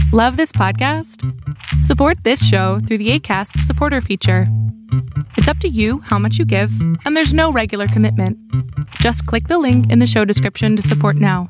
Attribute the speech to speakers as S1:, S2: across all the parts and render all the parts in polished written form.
S1: Love this podcast? Support this show through the Acast supporter feature. It's up to you how much you give, and there's no regular commitment. Just click the link in the show description to support now.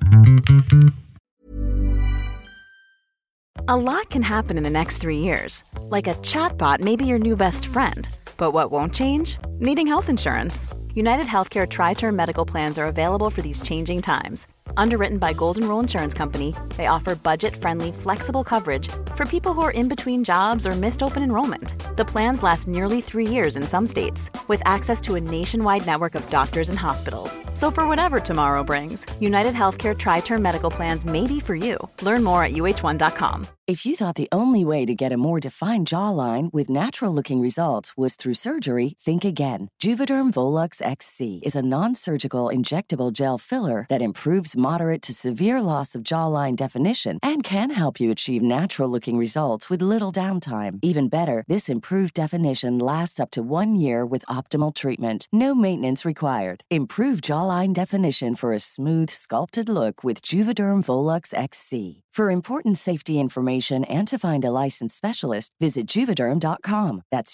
S2: A lot can happen in the next 3 years. Like a chatbot may be your new best friend. But what won't change? Needing health insurance. United Healthcare Tri-Term Medical Plans are available for these changing times. Underwritten by Golden Rule Insurance Company, they offer budget-friendly, flexible coverage for people who are in between jobs or missed open enrollment. The plans last nearly 3 years in some states, with access to a nationwide network of doctors and hospitals. So for whatever tomorrow brings, United Healthcare Tri-Term Medical Plans may be for you. Learn more at uh1.com.
S3: If you thought the only way to get a more defined jawline with natural-looking results was through surgery, think again. Juvederm Volux XC is a non-surgical injectable gel filler that improves moderate to severe loss of jawline definition and can help you achieve natural-looking results with little downtime. Even better, this improved definition lasts up to 1 year with optimal treatment. No maintenance required. Improve jawline definition for a smooth, sculpted look with Juvederm Volux XC. For important safety information and to find a licensed specialist, visit Juvederm.com. That's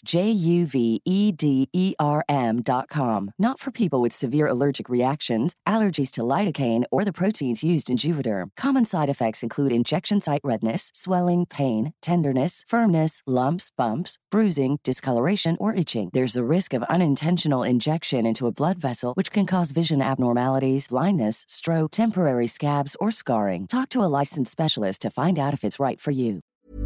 S3: JUVEDERM.com. Not for people with severe allergic reactions, allergies to lidocaine, or the proteins used in Juvederm. Common side effects include injection site redness, swelling, pain, tenderness, firmness, lumps, bumps, bruising, discoloration, or itching. There's a risk of unintentional injection into a blood vessel, which can cause vision abnormalities, blindness, stroke, temporary scabs, or scarring. Talk to a licensed specialist to find out if it's right for you.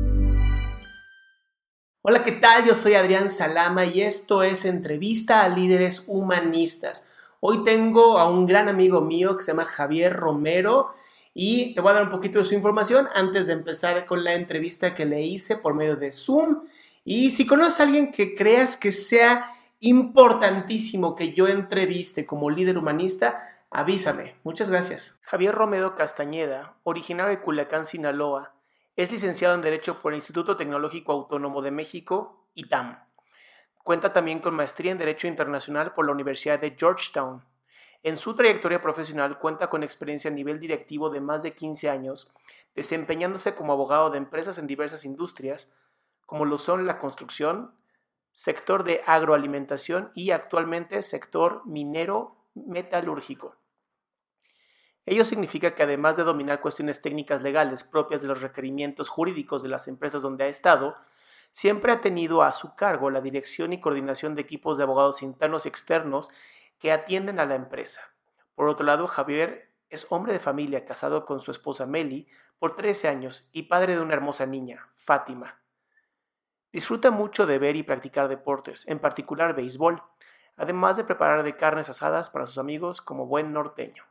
S4: Hola, ¿qué tal? Yo soy Adrián Salama y esto es Entrevista a Líderes Humanistas. Hoy tengo a un gran amigo mío que se llama Javier Romero y te voy a dar un poquito de su información antes de empezar con la entrevista que le hice por medio de Zoom. Y si conoces a alguien que creas que sea importantísimo que yo entreviste como líder humanista, avísame. Muchas gracias. Javier Romero Castañeda, originario de Culiacán, Sinaloa, es licenciado en Derecho por el Instituto Tecnológico Autónomo de México, ITAM. Cuenta también con maestría en Derecho Internacional por la Universidad de Georgetown. En su trayectoria profesional cuenta con experiencia a nivel directivo de más de 15 años, desempeñándose como abogado de empresas en diversas industrias, como lo son la construcción, sector de agroalimentación y actualmente sector minero metalúrgico. Ello significa que además de dominar cuestiones técnicas legales propias de los requerimientos jurídicos de las empresas donde ha estado, siempre ha tenido a su cargo la dirección y coordinación de equipos de abogados internos y externos que atienden a la empresa. Por otro lado, Javier es hombre de familia, casado con su esposa Meli por 13 años y padre de una hermosa niña, Fátima. Disfruta mucho de ver y practicar deportes, en particular béisbol, además de preparar de carnes asadas para sus amigos como buen norteño.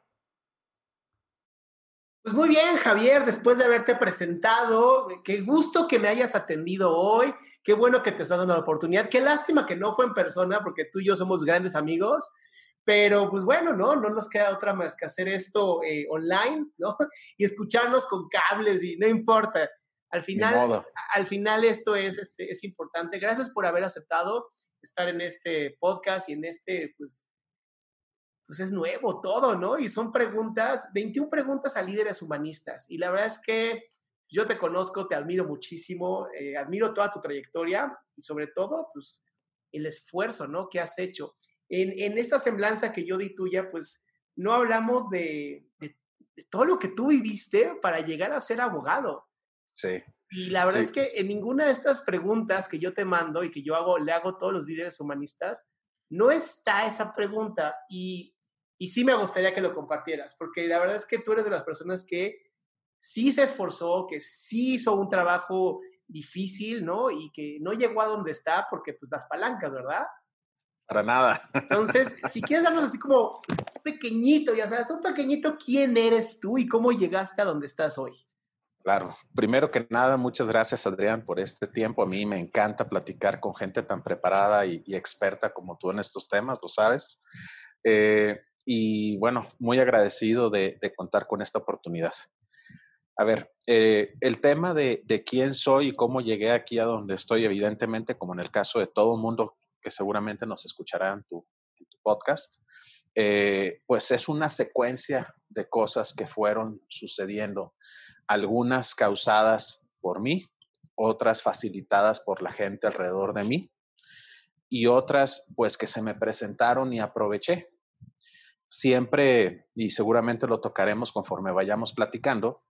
S4: Pues muy bien, Javier, después de haberte presentado, qué gusto que me hayas atendido hoy, qué bueno que te estás dando la oportunidad, qué lástima que no fue en persona porque tú y yo somos grandes amigos, pero pues bueno, no nos queda otra más que hacer esto online, ¿no? Y escucharnos con cables y no importa, al final esto es importante. Gracias por haber aceptado estar en este podcast y en este, pues es nuevo todo, ¿no? Y son 21 preguntas a líderes humanistas. Y la verdad es que yo te conozco, te admiro muchísimo, admiro toda tu trayectoria y sobre todo, pues, el esfuerzo, ¿no? Que has hecho. En esta semblanza que yo di tuya, pues, no hablamos de todo lo que tú viviste para llegar a ser abogado.
S5: Sí.
S4: Y la verdad es que en ninguna de estas preguntas que yo te mando y que le hago a todos los líderes humanistas, no está esa pregunta y sí me gustaría que lo compartieras, porque la verdad es que tú eres de las personas que sí se esforzó, que sí hizo un trabajo difícil, ¿no? Y que no llegó a donde está porque, pues, las palancas, ¿verdad?
S5: Para nada.
S4: Entonces, si quieres darnos así como pequeñito, ya sabes, un pequeñito, ¿quién eres tú y cómo llegaste a donde estás hoy?
S5: Claro. Primero que nada, muchas gracias, Adrián, por este tiempo. A mí me encanta platicar con gente tan preparada y experta como tú en estos temas, lo sabes. Y bueno, muy agradecido de contar con esta oportunidad. A ver, el tema de quién soy y cómo llegué aquí a donde estoy, evidentemente, como en el caso de todo el mundo que seguramente nos escuchará en tu podcast, pues es una secuencia de cosas que fueron sucediendo, algunas causadas por mí, otras facilitadas por la gente alrededor de mí y otras pues que se me presentaron y aproveché. Siempre, y seguramente lo tocaremos conforme vayamos platicando,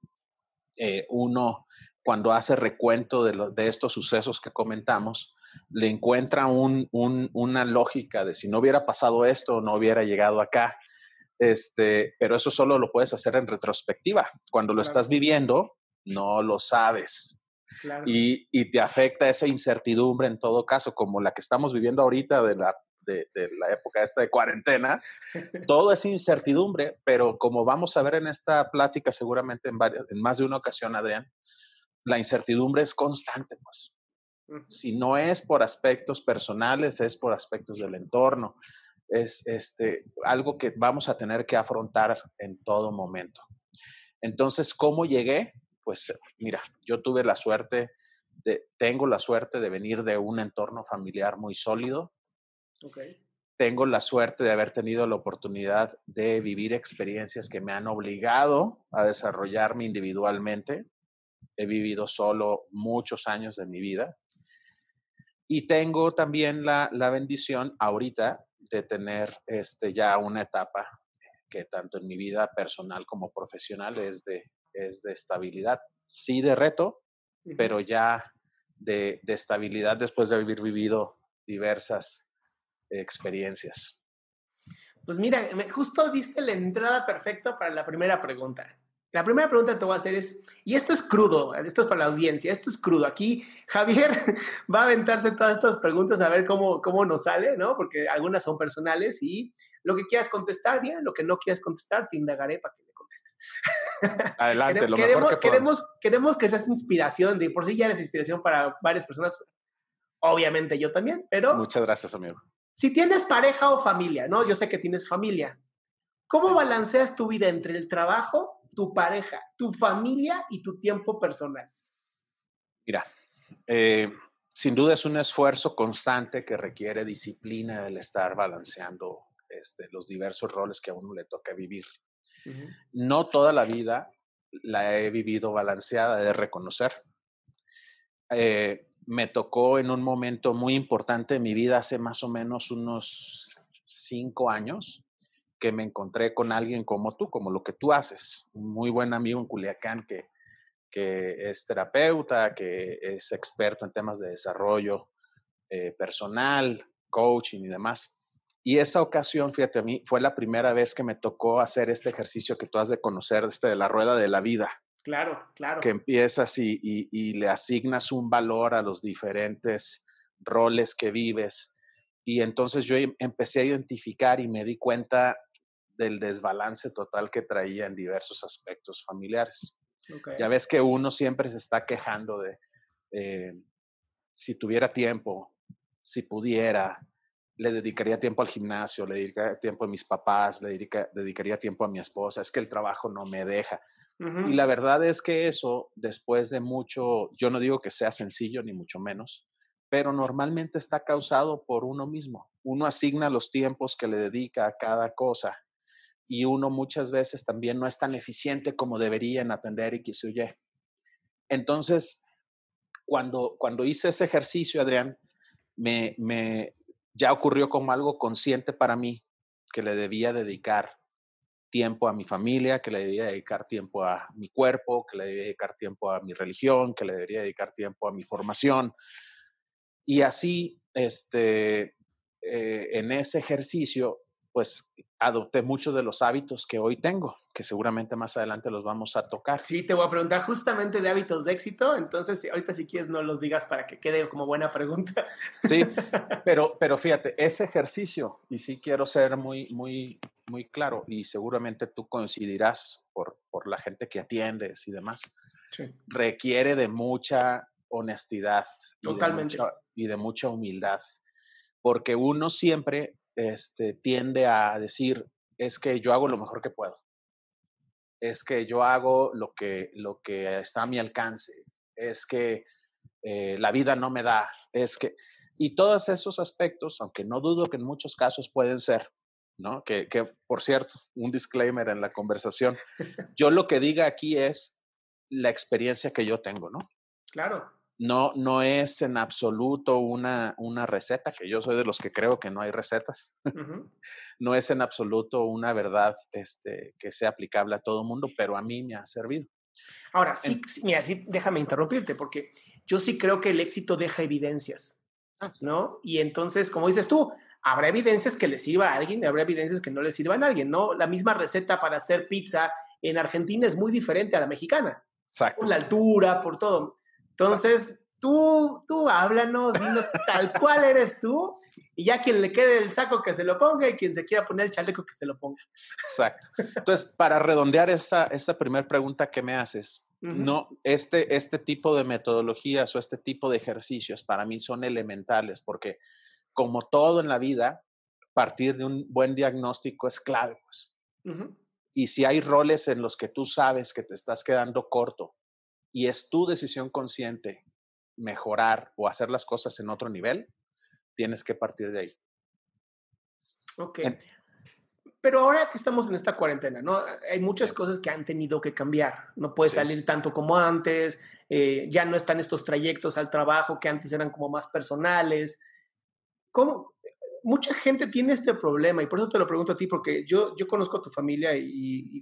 S5: uno cuando hace recuento de estos sucesos que comentamos, le encuentra una lógica de si no hubiera pasado esto, no hubiera llegado acá. Pero eso solo lo puedes hacer en retrospectiva. Cuando lo estás viviendo, no lo sabes.
S4: Claro.
S5: Y te afecta esa incertidumbre en todo caso, como la que estamos viviendo ahorita de la época esta de cuarentena. Todo es incertidumbre, pero como vamos a ver en esta plática seguramente en más de una ocasión, Adrián, la incertidumbre es constante, pues. Si no es por aspectos personales, es por aspectos del entorno. Es algo que vamos a tener que afrontar en todo momento. Entonces, ¿cómo llegué? Pues mira, yo tengo la suerte de venir de un entorno familiar muy sólido.
S4: Okay.
S5: Tengo la suerte de haber tenido la oportunidad de vivir experiencias que me han obligado a desarrollarme individualmente. He vivido solo muchos años de mi vida. Y tengo también la bendición ahorita de tener ya una etapa que tanto en mi vida personal como profesional es de estabilidad. Sí de reto, pero ya de estabilidad después de haber vivido diversas experiencias.
S4: Pues mira, justo diste la entrada perfecta para la primera pregunta. La primera pregunta que te voy a hacer es, y esto es crudo, esto es para la audiencia, esto es crudo. Aquí Javier va a aventarse todas estas preguntas a ver cómo nos sale, ¿no? Porque algunas son personales y lo que quieras contestar, bien, lo que no quieras contestar, te indagaré para que le contestes.
S5: Adelante, lo mejor que podamos.
S4: Queremos que seas inspiración, de por sí ya eres inspiración para varias personas, obviamente yo también, pero...
S5: Muchas gracias, amigo.
S4: Si tienes pareja o familia, ¿no? Yo sé que tienes familia. ¿Cómo balanceas tu vida entre el trabajo, tu pareja, tu familia y tu tiempo personal?
S5: Mira, sin duda es un esfuerzo constante que requiere disciplina el estar balanceando los diversos roles que a uno le toca vivir. No toda la vida la he vivido balanceada, de reconocer. Me tocó en un momento muy importante de mi vida, hace más o menos unos 5 años, que me encontré con alguien como tú, como lo que tú haces, un muy buen amigo en Culiacán que es terapeuta, que es experto en temas de desarrollo personal, coaching y demás. Y esa ocasión, fíjate, a mí fue la primera vez que me tocó hacer este ejercicio que tú has de conocer, de la rueda de la vida.
S4: Claro, claro.
S5: Que empiezas y le asignas un valor a los diferentes roles que vives. Y entonces yo empecé a identificar y me di cuenta del desbalance total que traía en diversos aspectos familiares. Okay. Ya ves que uno siempre se está quejando de si tuviera tiempo, si pudiera, le dedicaría tiempo al gimnasio, le dedicaría tiempo a mis papás, le dedicaría tiempo a mi esposa, es que el trabajo no me deja. Y la verdad es que eso, después de mucho, yo no digo que sea sencillo, ni mucho menos, pero normalmente está causado por uno mismo. Uno asigna los tiempos que le dedica a cada cosa y uno muchas veces también no es tan eficiente como debería en atender y que se oye. Entonces, cuando hice ese ejercicio, Adrián, ya ocurrió como algo consciente para mí que le debía dedicar tiempo a mi familia, que le debía dedicar tiempo a mi cuerpo, que le debía dedicar tiempo a mi religión, que le debería dedicar tiempo a mi formación. Y así, en ese ejercicio, pues adopté muchos de los hábitos que hoy tengo, que seguramente más adelante los vamos a tocar.
S4: Sí, te voy a preguntar justamente de hábitos de éxito, entonces ahorita si quieres no los digas para que quede como buena pregunta.
S5: Sí, pero fíjate, ese ejercicio, y sí quiero ser muy claro, y seguramente tú coincidirás por la gente que atiendes y demás, sí, requiere de mucha honestidad.
S4: Totalmente.
S5: Y de mucha humildad, porque uno siempre tiende a decir, es que yo hago lo mejor que puedo, es que yo hago lo que está a mi alcance, es que la vida no me da, y todos esos aspectos, aunque no dudo que en muchos casos pueden ser, ¿no? Que por cierto, un disclaimer en la conversación, yo lo que diga aquí es la experiencia que yo tengo, ¿no?
S4: Claro.
S5: No es en absoluto una receta, que yo soy de los que creo que no hay recetas.
S4: Ujú.
S5: No es en absoluto una verdad que sea aplicable a todo el mundo, pero a mí me ha servido.
S4: Ahora, sí, sí, mira, sí, déjame interrumpirte, porque yo sí creo que el éxito deja evidencias, ¿no? Y entonces, como dices tú, habrá evidencias que le sirva a alguien y habrá evidencias que no le sirvan a alguien, ¿no? La misma receta para hacer pizza en Argentina es muy diferente a la mexicana, por
S5: Exacto.
S4: la altura, por todo. Entonces, tú háblanos, dinos tal cual eres tú, y ya quien le quede el saco que se lo ponga y quien se quiera poner el chaleco que se lo ponga.
S5: Exacto. Entonces, para redondear esta primera pregunta que me haces,
S4: Ujú.
S5: no, este tipo de metodologías o este tipo de ejercicios para mí son elementales porque, como todo en la vida, partir de un buen diagnóstico es clave, pues.
S4: Ujú.
S5: Y si hay roles en los que tú sabes que te estás quedando corto y es tu decisión consciente mejorar o hacer las cosas en otro nivel, tienes que partir de ahí.
S4: Ok.
S5: En-
S4: Pero ahora que estamos en esta cuarentena, ¿no? Hay muchas
S5: sí,
S4: cosas que han tenido que cambiar. No puedes
S5: sí,
S4: salir tanto como antes, ya no están estos trayectos al trabajo que antes eran como más personales. ¿Cómo? Mucha gente tiene este problema y por eso te lo pregunto a ti, porque yo conozco a tu familia y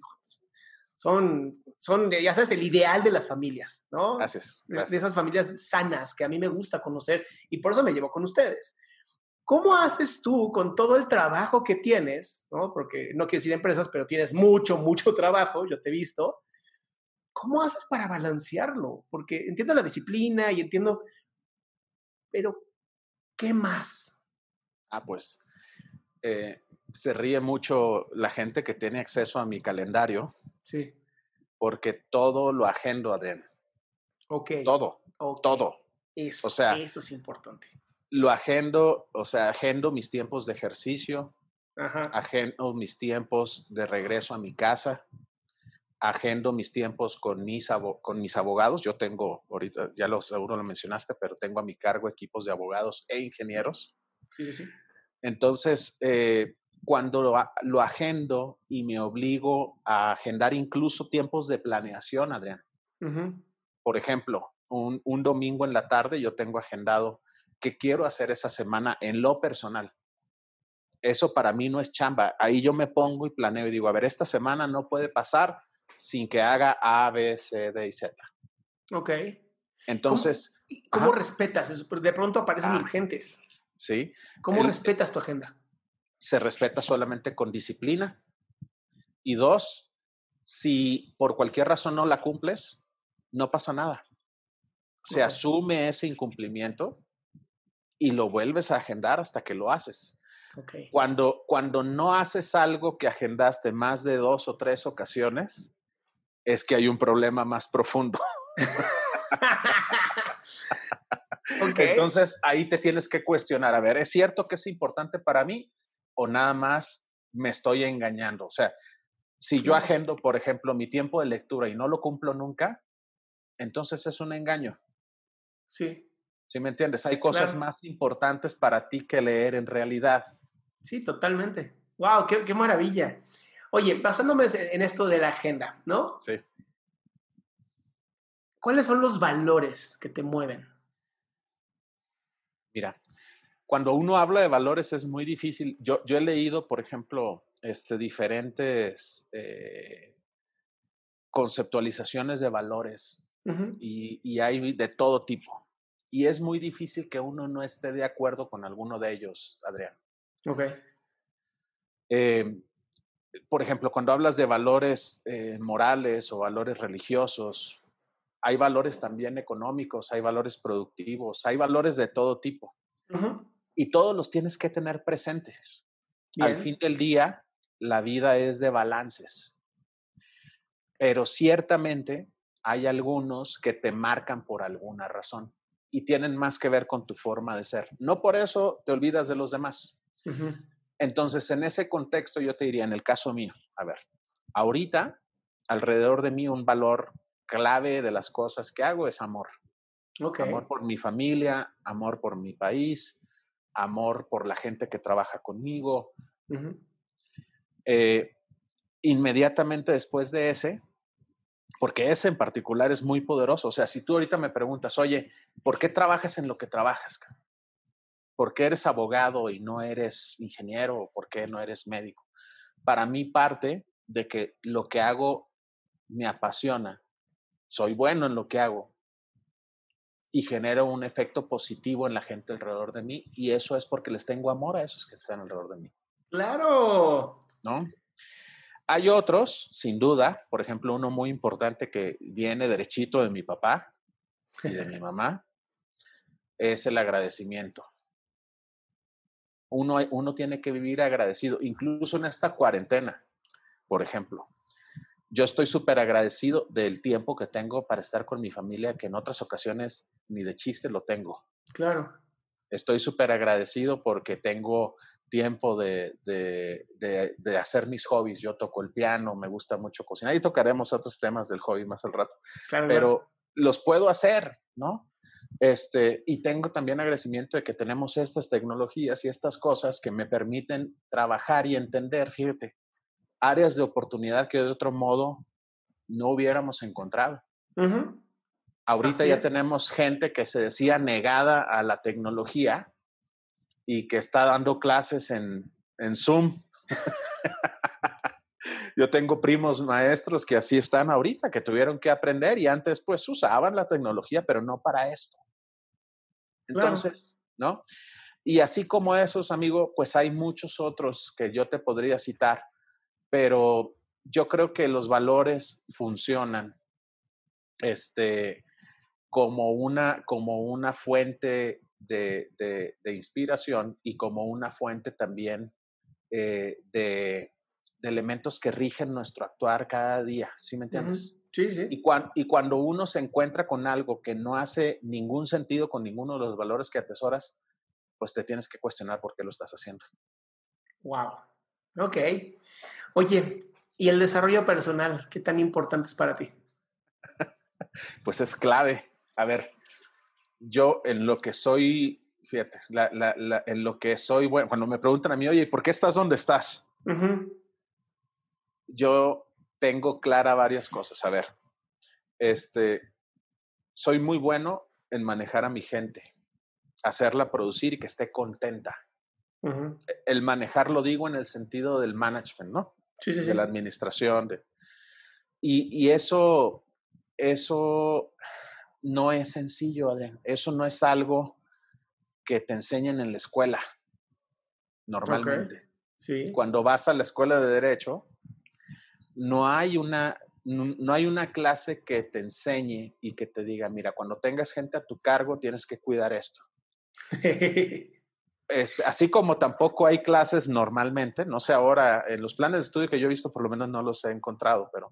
S4: son, ya sabes, el ideal de las familias, ¿no?
S5: gracias,
S4: De esas
S5: gracias.
S4: familias sanas que a mí me gusta conocer y por eso me llevo con ustedes. ¿Cómo haces tú con todo el trabajo que tienes, ¿no? Porque no quiero decir empresas, pero tienes mucho, mucho trabajo, yo te he visto. ¿Cómo haces para balancearlo? Porque entiendo la disciplina y entiendo, pero ¿qué más?
S5: Pues se ríe mucho la gente que tiene acceso a mi calendario
S4: Sí,
S5: porque todo lo agendo, Adrián.
S4: ok,
S5: Todo,
S4: ok.
S5: todo. O sea,
S4: Eso es importante.
S5: lo agendo, o sea, agendo mis tiempos de ejercicio,
S4: Ajá,
S5: agendo mis tiempos de regreso a mi casa, agendo mis tiempos con con mis abogados. Yo tengo, ahorita ya seguro lo mencionaste, pero tengo a mi cargo equipos de abogados e ingenieros.
S4: sí, sí, sí.
S5: Entonces, cuando lo agendo y me obligo a agendar incluso tiempos de planeación, Adrián.
S4: Ujú.
S5: Por ejemplo, un domingo en la tarde yo tengo agendado qué quiero hacer esa semana en lo personal. Eso para mí no es chamba. Ahí yo me pongo y planeo y digo, a ver, esta semana no puede pasar sin que haga A, B, C, D y Z.
S4: Ok. ¿Cómo,
S5: Entonces,
S4: cómo
S5: ajá,
S4: respetas eso? Porque de pronto aparecen
S5: ah,
S4: urgentes.
S5: sí,
S4: ¿Cómo respetas tu agenda?
S5: se respeta solamente con disciplina. Y dos, si por cualquier razón no la cumples, no pasa nada. Se
S4: Ok,
S5: asume ese incumplimiento y lo vuelves a agendar hasta que lo haces.
S4: ok.
S5: Cuando no haces algo que agendaste más de 2 o 3 ocasiones, es que hay un problema más profundo.
S4: Ok.
S5: Entonces, ahí te tienes que cuestionar, a ver, ¿es cierto que es importante para mí o nada más me estoy engañando? O sea, si yo
S4: Claro.
S5: agendo, por ejemplo, mi tiempo de lectura y no lo cumplo nunca, entonces es un engaño.
S4: Sí,
S5: ¿Sí me entiendes? Hay cosas
S4: claro.
S5: más importantes para ti que leer en realidad.
S4: Sí, totalmente. Wow, qué maravilla. Oye, basándome en esto de la agenda, ¿no?
S5: Sí.
S4: ¿Cuáles son los valores que te mueven?
S5: Mira, cuando uno habla de valores es muy difícil. Yo he leído, por ejemplo, diferentes conceptualizaciones de valores
S4: Ujú.
S5: y hay de todo tipo. Y es muy difícil que uno no esté de acuerdo con alguno de ellos, Adrián.
S4: Ok.
S5: Eh, por ejemplo, cuando hablas de valores morales o valores religiosos, hay valores también económicos, hay valores productivos, hay valores de todo tipo.
S4: Ujú.
S5: Y todos los tienes que tener presentes. Al
S4: Bien.
S5: fin del día, la vida es de balances, pero ciertamente hay algunos que te marcan por alguna razón y tienen más que ver con tu forma de ser. No por eso te olvidas de los demás.
S4: Ujú.
S5: Entonces, en ese contexto, yo te diría, en el caso mío, a ver, ahorita, alrededor de mí, un valor clave de las cosas que hago es amor.
S4: Ok.
S5: Amor por mi familia, amor por mi país, amor por la gente que trabaja conmigo.
S4: Ujú.
S5: Eh, Inmediatamente después de ese, porque ese en particular es muy poderoso. O sea, si tú ahorita me preguntas, oye, ¿por qué trabajas en lo que trabajas? ¿Por qué eres abogado y no eres ingeniero? ¿O por qué no eres médico? Para mí parte de que lo que hago me apasiona, soy bueno en lo que hago y genero un efecto positivo en la gente alrededor de mí, y eso es porque les tengo amor a esos que están alrededor de mí.
S4: ¡Claro!
S5: ¿No? Hay otros, sin duda, por ejemplo, uno muy importante que viene derechito de mi papá y de mi mamá, es el agradecimiento. Uno tiene que vivir agradecido, incluso en esta cuarentena, por ejemplo. Yo estoy súper agradecido del tiempo que tengo para estar con mi familia, que en otras ocasiones ni de chiste lo tengo.
S4: Claro.
S5: Estoy súper agradecido porque tengo tiempo de hacer mis hobbies. Yo toco el piano, me gusta mucho cocinar, y tocaremos otros temas del hobby más al rato.
S4: Claro,
S5: pero
S4: claro.
S5: los puedo hacer, ¿no? Y tengo también agradecimiento de que tenemos estas tecnologías y estas cosas que me permiten trabajar y entender, fíjate, áreas de oportunidad que de otro modo no hubiéramos encontrado.
S4: Uh-huh.
S5: Ahorita
S4: Así
S5: ya
S4: es.
S5: tenemos gente que se decía negada a la tecnología y que está dando clases en Zoom. Yo tengo primos maestros que así están ahorita, que tuvieron que aprender, y antes pues usaban la tecnología, pero no para esto. Entonces,
S4: Claro.
S5: ¿no? Y así como esos, amigo, pues hay muchos otros que yo te podría citar, pero yo creo que los valores funcionan como una fuente de inspiración, y como una fuente también de elementos que rigen nuestro actuar cada día, ¿sí me entiendes?
S4: Uh-huh. Sí, sí.
S5: Y cuando uno se encuentra con algo que no hace ningún sentido con ninguno de los valores que atesoras, pues te tienes que cuestionar por qué lo estás haciendo.
S4: Wow. Ok. Oye, ¿y el desarrollo personal? ¿Qué tan importante es para ti?
S5: Pues es clave. A ver, yo en lo que soy, fíjate, en lo que soy, bueno, cuando me preguntan a mí, oye, ¿por qué estás donde estás?
S4: Uh-huh.
S5: Yo tengo clara varias cosas. A ver, soy muy bueno en manejar a mi gente, hacerla producir y que esté contenta.
S4: Uh-huh.
S5: El manejar lo digo en el sentido del management, ¿no?
S4: Sí, sí,
S5: De la
S4: sí.
S5: administración. Y eso no es sencillo, Adrián. Eso no es algo que te enseñen en la escuela,
S4: Ok.
S5: normalmente.
S4: Sí.
S5: Cuando vas a la escuela de Derecho, no hay una clase que te enseñe y que te diga, mira, cuando tengas gente a tu cargo, tienes que cuidar esto. Así como tampoco hay clases normalmente, no sé ahora, en los planes de estudio que yo he visto, por lo menos no los he encontrado, pero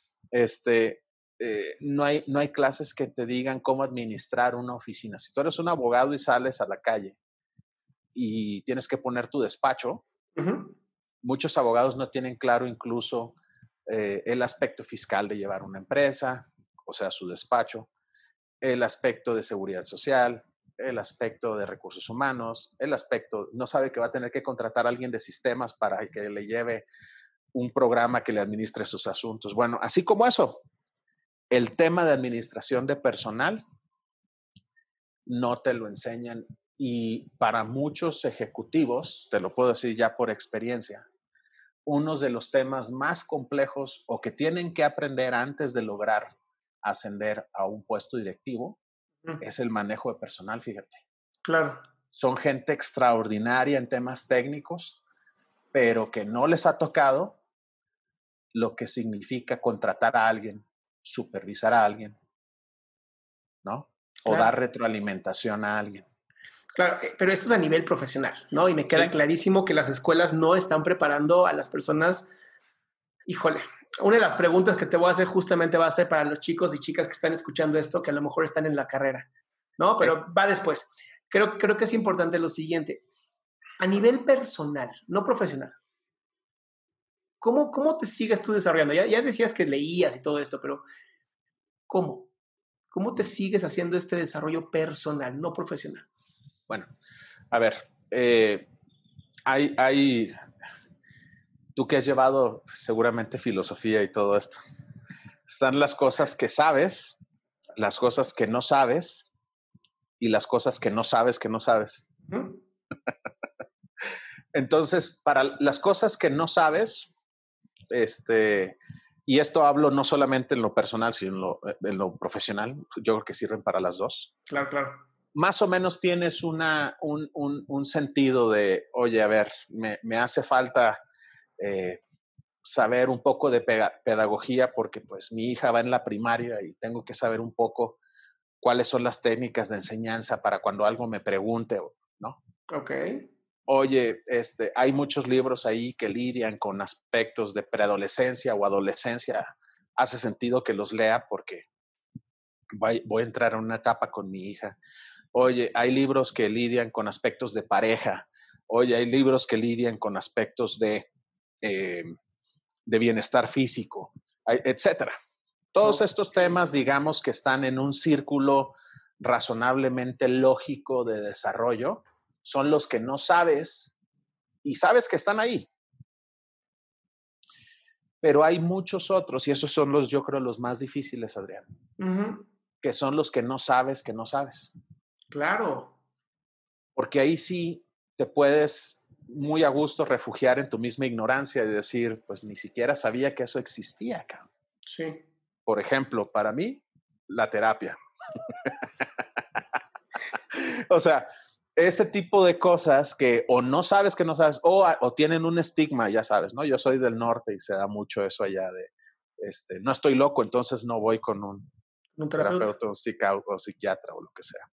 S5: no hay clases que te digan cómo administrar una oficina. Si tú eres un abogado y sales a la calle y tienes que poner tu despacho,
S4: Uh-huh.
S5: muchos abogados no tienen claro incluso el aspecto fiscal de llevar una empresa, o sea, su despacho, el aspecto de seguridad social, el aspecto de recursos humanos, no sabe que va a tener que contratar a alguien de sistemas para que le lleve un programa que le administre sus asuntos. Bueno, así como eso, el tema de administración de personal no te lo enseñan, y para muchos ejecutivos, te lo puedo decir ya por experiencia, uno de los temas más complejos o que tienen que aprender antes de lograr ascender a un puesto directivo es el manejo de personal, fíjate.
S4: Claro.
S5: Son gente extraordinaria en temas técnicos, pero que no les ha tocado lo que significa contratar a alguien, supervisar a alguien, ¿no? O
S4: Claro.
S5: dar retroalimentación a alguien.
S4: Claro, pero esto es a nivel profesional, ¿no? Y me queda
S5: Sí.
S4: clarísimo que las escuelas no están preparando a las personas. Híjole, una de las preguntas que te voy a hacer justamente va a ser para los chicos y chicas que están escuchando esto, que a lo mejor están en la carrera, ¿no? Pero va después. Creo que es importante lo siguiente. A nivel personal, no profesional, ¿cómo te sigues tú desarrollando? Ya decías que leías y todo esto, pero ¿cómo? ¿Cómo te sigues haciendo este desarrollo personal, no profesional?
S5: Bueno, a ver, tú que has llevado seguramente filosofía y todo esto, Están las cosas que sabes, las cosas que no sabes y las cosas que no sabes que no sabes.
S4: Ujú.
S5: Entonces, para las cosas que no sabes, y esto hablo no solamente en lo personal, sino en lo profesional, yo creo que sirven para las dos.
S4: Claro, claro.
S5: Más o menos tienes un sentido de, oye, a ver, me hace falta saber un poco de pedagogía porque pues mi hija va en la primaria y tengo que saber un poco cuáles son las técnicas de enseñanza para cuando algo me pregunte, ¿no?
S4: Ok.
S5: Oye, hay muchos libros ahí que lidian con aspectos de preadolescencia o adolescencia. Hace sentido que los lea porque voy a entrar en una etapa con mi hija. Oye, hay libros que lidian con aspectos de pareja. Oye, hay libros que lidian con aspectos de bienestar físico, etcétera. Todos estos temas, digamos, que están en un círculo razonablemente lógico de desarrollo, son los que no sabes y sabes que están ahí. Pero hay muchos otros, y esos son yo creo, los más difíciles, Adrián, que son los que no sabes que no sabes.
S4: Claro.
S5: Porque ahí sí te puedes muy a gusto refugiar en tu misma ignorancia y decir, pues ni siquiera sabía que eso existía, cabrón.
S4: Sí.
S5: Por ejemplo, para mí, la terapia. O sea, ese tipo de cosas que o no sabes que no sabes, o tienen un estigma, ya sabes, ¿no? Yo soy del norte y se da mucho eso allá de, no estoy loco, entonces no voy con un terapeuta o psiquiatra o lo que sea.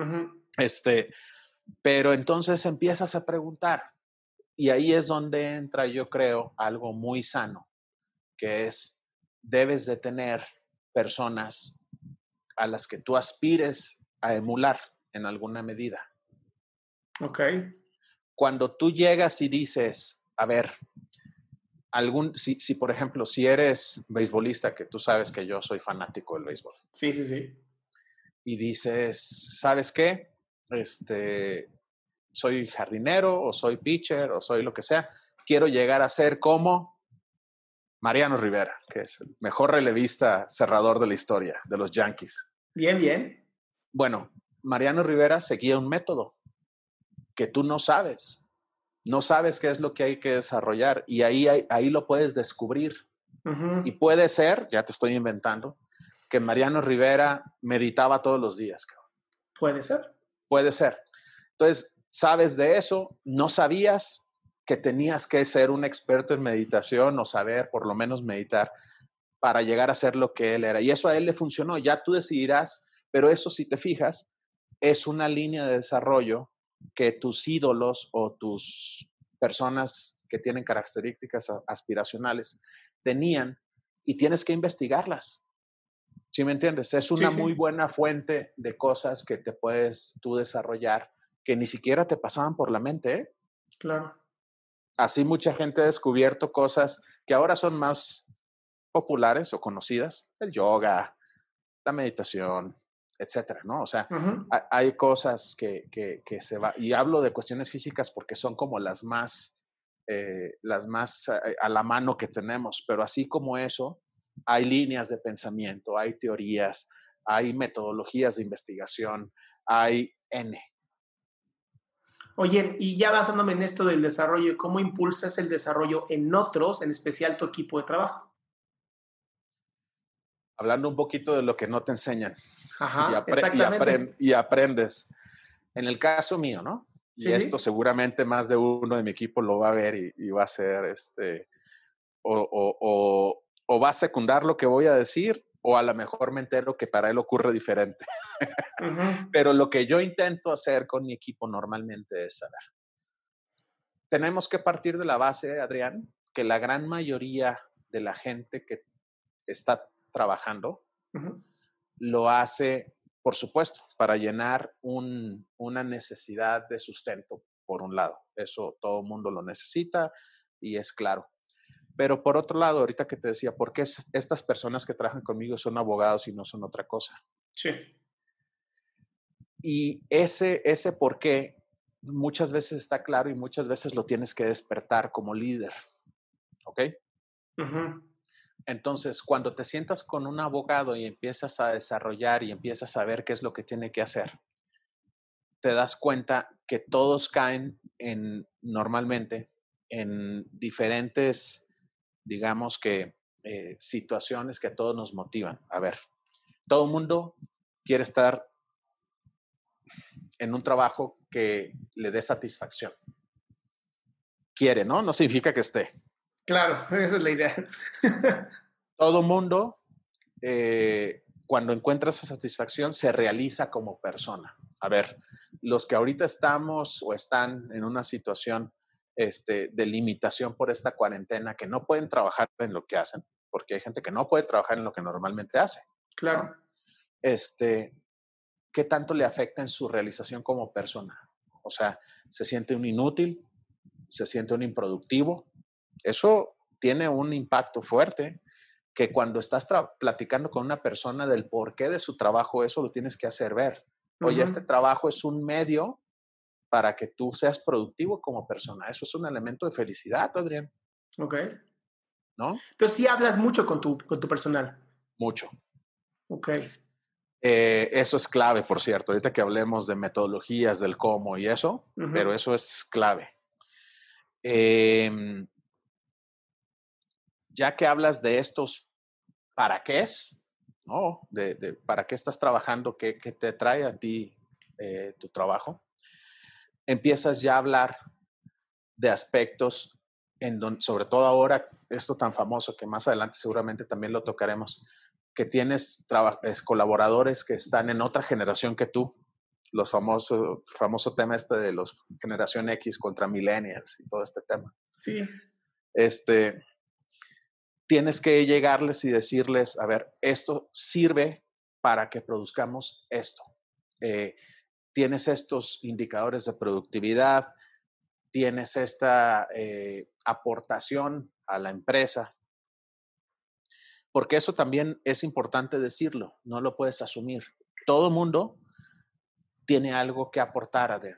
S5: Pero entonces empiezas a preguntar y ahí es donde entra, yo creo, algo muy sano, que es, debes de tener personas a las que tú aspires a emular en alguna medida.
S4: Ok.
S5: Cuando tú llegas y dices, a ver, si por ejemplo, si eres beisbolista, que tú sabes que yo soy fanático del béisbol.
S4: Sí, sí, sí.
S5: Y dices, ¿sabes qué? Soy jardinero o soy pitcher o soy lo que sea. Quiero llegar a ser como Mariano Rivera, que es el mejor relevista cerrador de la historia de los Yankees.
S4: Bien, bien.
S5: Bueno, Mariano Rivera seguía un método que tú no sabes. No sabes qué es lo que hay que desarrollar y ahí lo puedes descubrir. Y puede ser, ya te estoy inventando, que Mariano Rivera meditaba todos los días.
S4: Puede ser.
S5: Puede ser. Entonces, sabes de eso, no sabías que tenías que ser un experto en meditación o saber por lo menos meditar para llegar a ser lo que él era. Y eso a él le funcionó. Ya tú decidirás, pero eso, si te fijas, es una línea de desarrollo que tus ídolos o tus personas que tienen características aspiracionales tenían y tienes que investigarlas. ¿Sí me entiendes? Es una muy buena fuente de cosas que te puedes tú desarrollar que ni siquiera te pasaban por la mente, ¿eh?
S4: Claro.
S5: Así mucha gente ha descubierto cosas que ahora son más populares o conocidas, el yoga, la meditación, etcétera, ¿no? O sea, hay cosas que se va, y hablo de cuestiones físicas porque son como las más a la mano que tenemos, pero así como eso, hay líneas de pensamiento, hay teorías, hay metodologías de investigación, hay N.
S4: Oye, y ya basándome en esto del desarrollo, ¿cómo impulsas el desarrollo en otros, en especial tu equipo de trabajo?
S5: Hablando un poquito de lo que no te enseñan.
S4: Ajá, exactamente.
S5: Y aprendes. En el caso mío, ¿no?
S4: Sí,
S5: y esto seguramente más de uno de mi equipo lo va a ver y va a ser o va a secundar lo que voy a decir, o a lo mejor me entero que para él ocurre diferente. Pero lo que yo intento hacer con mi equipo normalmente es saber. Tenemos que partir de la base, Adrián, que la gran mayoría de la gente que está trabajando lo hace, por supuesto, para llenar una necesidad de sustento, por un lado. Eso todo el mundo lo necesita y es claro. Pero por otro lado, ahorita que te decía, ¿por qué estas personas que trabajan conmigo son abogados y no son otra cosa?
S4: Sí.
S5: Y ese por qué muchas veces está claro y muchas veces lo tienes que despertar como líder. ¿Ok? Entonces, cuando te sientas con un abogado y empiezas a desarrollar y empiezas a ver qué es lo que tiene que hacer, te das cuenta que todos caen normalmente en diferentes, digamos que, situaciones que a todos nos motivan. A ver, todo el mundo quiere estar en un trabajo que le dé satisfacción. Quiere, ¿no? No significa que esté.
S4: Claro, esa es la idea.
S5: Todo el mundo, cuando encuentra esa satisfacción, se realiza como persona. A ver, los que ahorita estamos o están en una situación de limitación por esta cuarentena, que no pueden trabajar en lo que hacen, porque hay gente que no puede trabajar en lo que normalmente hace.
S4: Claro.
S5: ¿No? ¿Qué tanto le afecta en su realización como persona? O sea, ¿se siente un inútil? ¿Se siente un improductivo? Eso tiene un impacto fuerte, que cuando estás platicando con una persona del porqué de su trabajo, eso lo tienes que hacer ver. Oye, este trabajo es un medio para que tú seas productivo como persona. Eso es un elemento de felicidad, Adrián.
S4: Ok.
S5: ¿No?
S4: Entonces sí hablas mucho con tu personal.
S5: Mucho.
S4: Ok.
S5: Eso es clave, por cierto. Ahorita que hablemos de metodologías, del cómo y eso, pero eso es clave. Ya que hablas de estos para qué es, ¿no? De para qué estás trabajando, qué te trae a ti tu trabajo, empiezas ya a hablar de aspectos en donde, sobre todo ahora, esto tan famoso que más adelante seguramente también lo tocaremos, que tienes colaboradores que están en otra generación que tú, los famoso tema de los generación X contra millennials y todo este tema.
S4: Sí.
S5: Tienes que llegarles y decirles, a ver, esto sirve para que produzcamos esto. Tienes estos indicadores de productividad, tienes esta aportación a la empresa, porque eso también es importante decirlo, no lo puedes asumir. Todo mundo tiene algo que aportar, Adrián.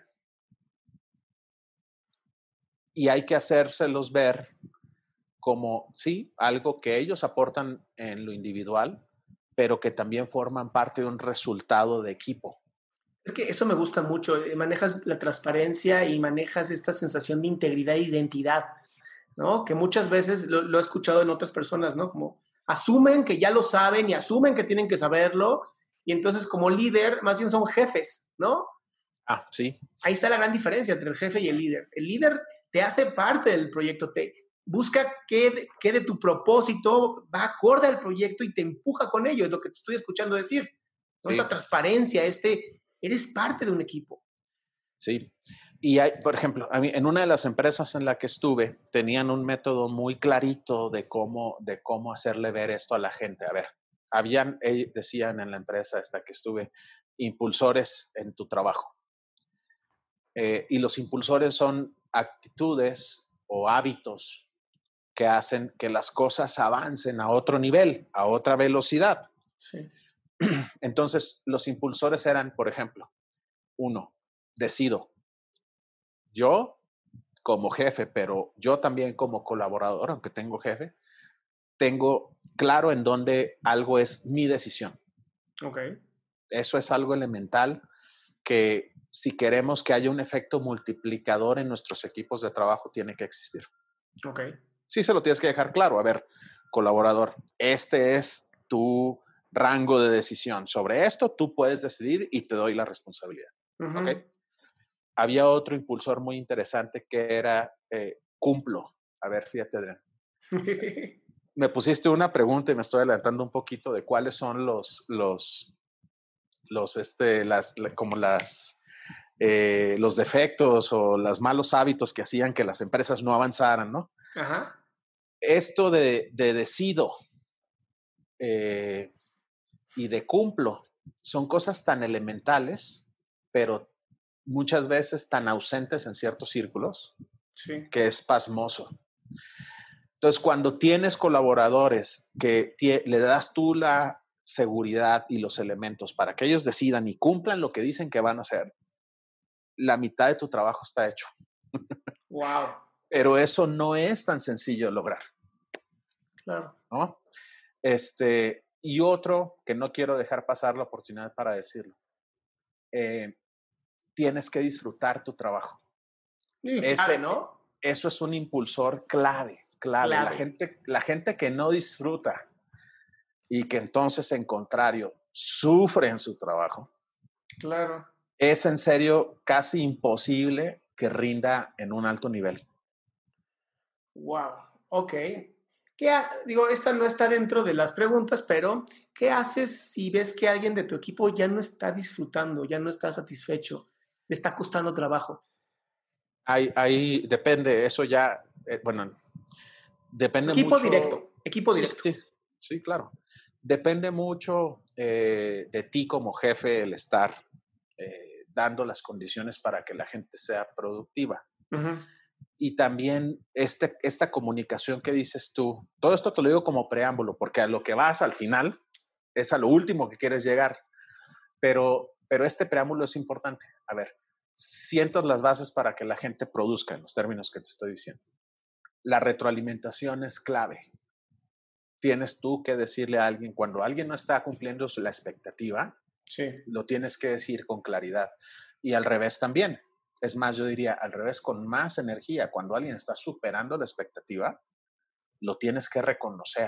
S5: Y hay que hacérselos ver como, sí, algo que ellos aportan en lo individual, pero que también forman parte de un resultado de equipo.
S4: Es que eso me gusta mucho. Manejas la transparencia y manejas esta sensación de integridad e identidad, ¿no? Que muchas veces lo he escuchado en otras personas, ¿no? Como asumen que ya lo saben y asumen que tienen que saberlo, y entonces como líder más bien son jefes, ¿no?
S5: Ah, sí.
S4: Ahí está la gran diferencia entre el jefe y el líder. El líder te hace parte del proyecto, te busca que de tu propósito va acorde al proyecto y te empuja con ello, es lo que te estoy escuchando decir, ¿no? Sí. Esta transparencia, eres parte de un equipo.
S5: Sí. Y hay, por ejemplo, a mí, en una de las empresas en la que estuve, tenían un método muy clarito de cómo hacerle ver esto a la gente. A ver, decían en la empresa esta que estuve, impulsores en tu trabajo. Y los impulsores son actitudes o hábitos que hacen que las cosas avancen a otro nivel, a otra velocidad.
S4: Sí.
S5: Entonces, los impulsores eran, por ejemplo, 1, decido. Yo como jefe, pero yo también como colaborador, aunque tengo jefe, tengo claro en dónde algo es mi decisión.
S4: Ok.
S5: Eso es algo elemental que si queremos que haya un efecto multiplicador en nuestros equipos de trabajo, tiene que existir.
S4: Ok.
S5: Sí se lo tienes que dejar claro. A ver, colaborador, este es tu rango de decisión. Sobre esto tú puedes decidir y te doy la responsabilidad.
S4: Uh-huh.
S5: ¿Ok? Había otro impulsor muy interesante que era cumplo. A ver, fíjate, Adrián. Me pusiste una pregunta y me estoy adelantando un poquito de cuáles son los defectos o los malos hábitos que hacían que las empresas no avanzaran, ¿no?
S4: Ajá.
S5: Esto de decido y de cumplo son cosas tan elementales, pero muchas veces tan ausentes en ciertos círculos,
S4: sí,
S5: que es pasmoso. Entonces, cuando tienes colaboradores que le das tú la seguridad y los elementos para que ellos decidan y cumplan lo que dicen que van a hacer, la mitad de tu trabajo está hecho.
S4: Wow.
S5: Pero eso no es tan sencillo de lograr.
S4: Claro.
S5: ¿No? Y otro que no quiero dejar pasar la oportunidad para decirlo. Tienes que disfrutar tu trabajo.
S4: Clave, ¿no?
S5: Eso es un impulsor clave. La gente que no disfruta y que entonces, en contrario, sufre en su trabajo.
S4: Claro.
S5: Es en serio casi imposible que rinda en un alto nivel.
S4: Wow, ok. Digo, esta no está dentro de las preguntas, pero ¿qué haces si ves que alguien de tu equipo ya no está disfrutando, ya no está satisfecho, le está costando trabajo?
S5: Ahí depende, eso ya, depende mucho.
S4: Equipo directo.
S5: Sí, claro. Depende mucho de ti como jefe el estar dando las condiciones para que la gente sea productiva.
S4: Uh-huh.
S5: Y también esta comunicación que dices tú, todo esto te lo digo como preámbulo, porque a lo que vas al final es a lo último que quieres llegar. Pero este preámbulo es importante. A ver, sientas las bases para que la gente produzca en los términos que te estoy diciendo. La retroalimentación es clave. Tienes tú que decirle a alguien, cuando alguien no está cumpliendo la expectativa,
S4: sí,
S5: lo tienes que decir con claridad. Y al revés también. Es más, yo diría al revés, con más energía. Cuando alguien está superando la expectativa, lo tienes que reconocer.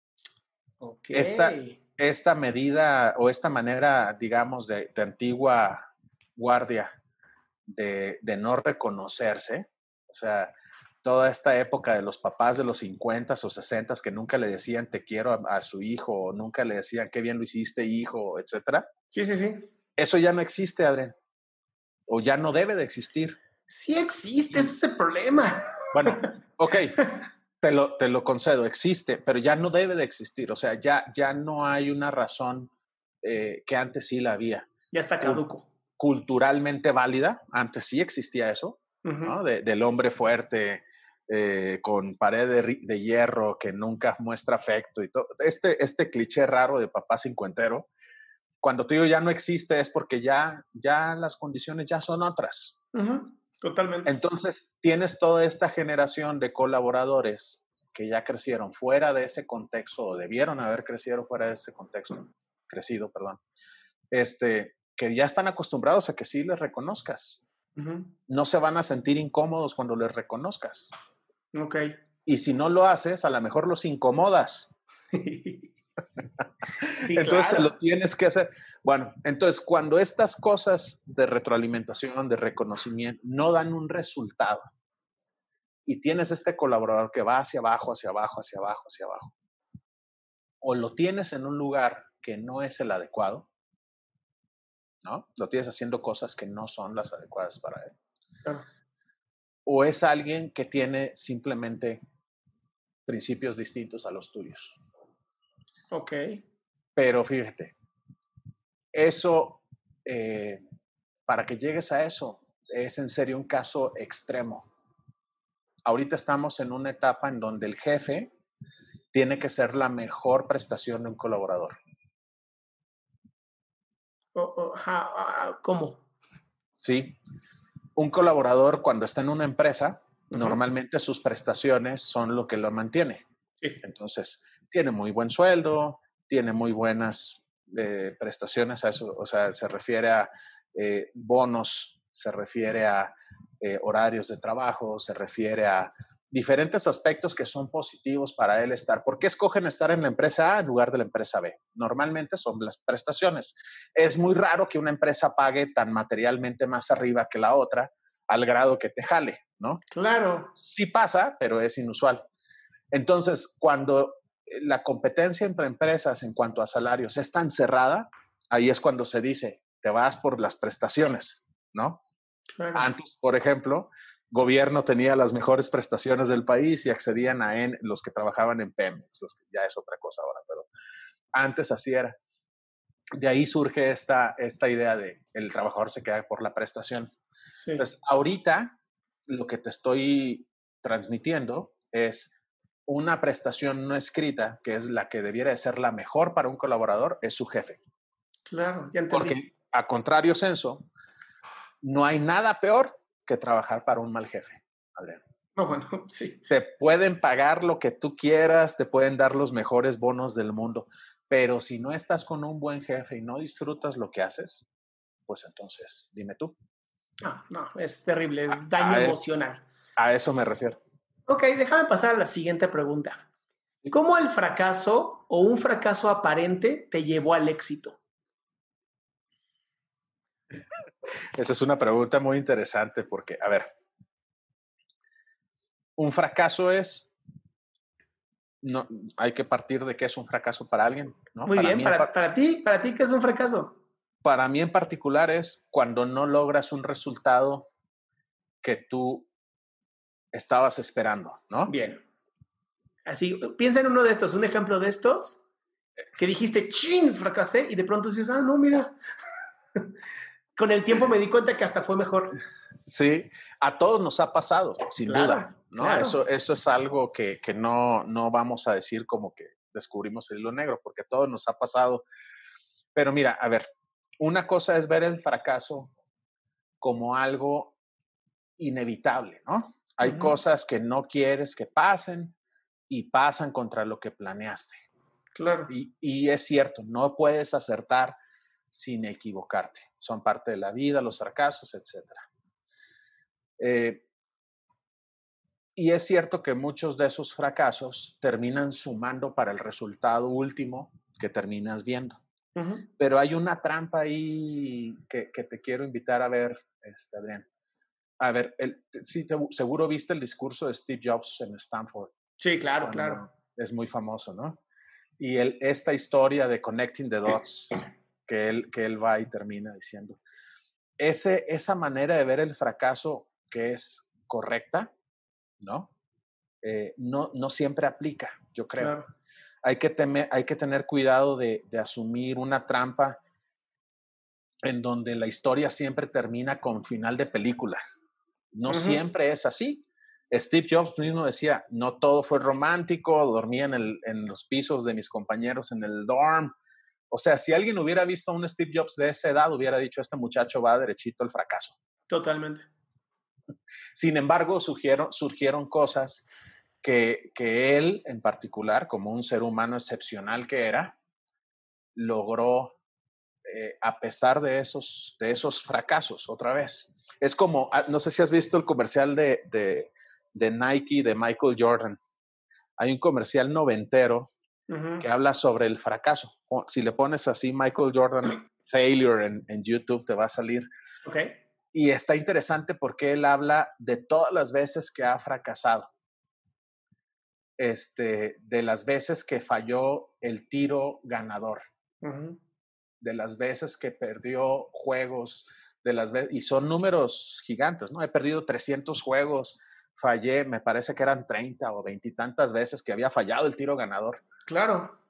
S4: Okay.
S5: Esta medida o esta manera, digamos, de antigua guardia de no reconocerse, o sea, toda esta época de los papás de los 50s o 60s que nunca le decían te quiero a su hijo, o nunca le decían qué bien lo hiciste, hijo, etcétera.
S4: Sí.
S5: Eso ya no existe, Adrián. O ya no debe de existir.
S4: Sí existe, ese es el problema.
S5: Bueno, ok, te lo concedo, existe, pero ya no debe de existir. O sea, ya no hay una razón que antes sí la había.
S4: Ya está caduco.
S5: Culturalmente válida, antes sí existía eso, uh-huh, ¿no? Del hombre fuerte, con pared de hierro que nunca muestra afecto y todo. Este cliché raro de papá cincuentero, cuando te digo ya no existe es porque ya las condiciones ya son otras.
S4: Uh-huh, totalmente.
S5: Entonces tienes toda esta generación de colaboradores que ya crecieron fuera de ese contexto o debieron haber crecido fuera de ese contexto, que ya están acostumbrados a que sí les reconozcas. Uh-huh. No se van a sentir incómodos cuando les reconozcas.
S4: Ok.
S5: Y si no lo haces, a lo mejor los incomodas. Sí, entonces claro, lo tienes que hacer. Bueno, entonces cuando estas cosas de retroalimentación, de reconocimiento, no dan un resultado y tienes este colaborador que va hacia abajo, o lo tienes en un lugar que no es el adecuado, ¿no? Lo tienes haciendo cosas que no son las adecuadas para él. Claro. O es alguien que tiene simplemente principios distintos a los tuyos.
S4: Ok.
S5: Pero fíjate, eso, para que llegues a eso, es en serio un caso extremo. Ahorita estamos en una etapa en donde el jefe tiene que ser la mejor prestación de un colaborador.
S4: ¿Cómo?
S5: Sí. Un colaborador cuando está en una empresa, uh-huh, normalmente sus prestaciones son lo que lo mantiene. Sí. Entonces, tiene muy buen sueldo, tiene muy buenas prestaciones a eso, o sea, se refiere a bonos, se refiere a horarios de trabajo, se refiere a diferentes aspectos que son positivos para él estar. ¿Por qué escogen estar en la empresa A en lugar de la empresa B? Normalmente son las prestaciones. Es muy raro que una empresa pague tan materialmente más arriba que la otra al grado que te jale, ¿no?
S4: Claro.
S5: Sí pasa, pero es inusual. Entonces, cuando la competencia entre empresas en cuanto a salarios es tan cerrada, ahí es cuando se dice, te vas por las prestaciones, ¿no? Claro. Antes, por ejemplo, gobierno tenía las mejores prestaciones del país y accedían a los que trabajaban en Pemex, ya es otra cosa ahora, pero antes así era. De ahí surge esta idea de el trabajador se queda por la prestación. Sí. Entonces, ahorita lo que te estoy transmitiendo es una prestación no escrita, que es la que debiera de ser la mejor para un colaborador, es su jefe.
S4: Claro, ya entendí.
S5: Porque, a contrario senso, no hay nada peor que trabajar para un mal jefe, Adrián.
S4: No, bueno, sí.
S5: Te pueden pagar lo que tú quieras, te pueden dar los mejores bonos del mundo, pero si no estás con un buen jefe y no disfrutas lo que haces, pues entonces dime tú.
S4: No, no, es terrible, es daño
S5: A,
S4: emocional.
S5: a eso me refiero.
S4: Ok, déjame pasar a la siguiente pregunta. ¿Cómo el fracaso o un fracaso aparente te llevó al éxito?
S5: Esa es una pregunta muy interesante porque, a ver, un fracaso es, no, hay que partir de que es un fracaso para alguien, ¿no?
S4: Muy bien, para ti, ¿qué es un fracaso?
S5: Para mí en particular es cuando no logras un resultado que tú estabas esperando, ¿no?
S4: Bien. Así, piensa en uno de estos, un ejemplo de estos, que dijiste, ¡chin! Fracasé, y de pronto dices, ah, no, mira. Con el tiempo me di cuenta que hasta fue mejor.
S5: Sí, a todos nos ha pasado, sin duda, ¿no?
S4: Claro.
S5: Eso es algo que no vamos a decir como que descubrimos el hilo negro, porque a todos nos ha pasado. Pero mira, a ver, una cosa es ver el fracaso como algo inevitable, ¿no? Hay cosas que no quieres que pasen y pasan contra lo que planeaste.
S4: Claro.
S5: Y es cierto, no puedes acertar sin equivocarte. Son parte de la vida, los fracasos, etcétera. Y es cierto que muchos de esos fracasos terminan sumando para el resultado último que terminas viendo. Pero hay una trampa ahí que te quiero invitar a ver, Adrián. A ver, sí, seguro viste el discurso de Steve Jobs en Stanford.
S4: Sí, claro.
S5: Es muy famoso, ¿no? Y esta historia de connecting the dots que él va y termina diciendo. Esa manera de ver el fracaso que es correcta, ¿no? No siempre aplica, yo creo.
S4: Claro.
S5: Hay que tener cuidado de asumir una trampa en donde la historia siempre termina con final de película. No siempre es así. Steve Jobs mismo decía, no todo fue romántico, dormía en los pisos de mis compañeros en el dorm. O sea, si alguien hubiera visto a un Steve Jobs de esa edad, hubiera dicho, este muchacho va derechito al fracaso.
S4: Totalmente.
S5: Sin embargo, surgieron cosas que él en particular, como un ser humano excepcional que era, logró a pesar de esos fracasos otra vez. Es como, no sé si has visto el comercial de Nike de Michael Jordan. Hay un comercial noventero que habla sobre el fracaso. Si le pones así Michael Jordan Failure en YouTube, te va a salir.
S4: Okay.
S5: Y está interesante porque él habla de todas las veces que ha fracasado. De las veces que falló el tiro ganador. De las veces que perdió juegos, y son números gigantes, ¿no? He perdido 300 juegos, fallé, me parece que eran 30 o 20 y tantas veces que había fallado el tiro ganador.
S4: Claro.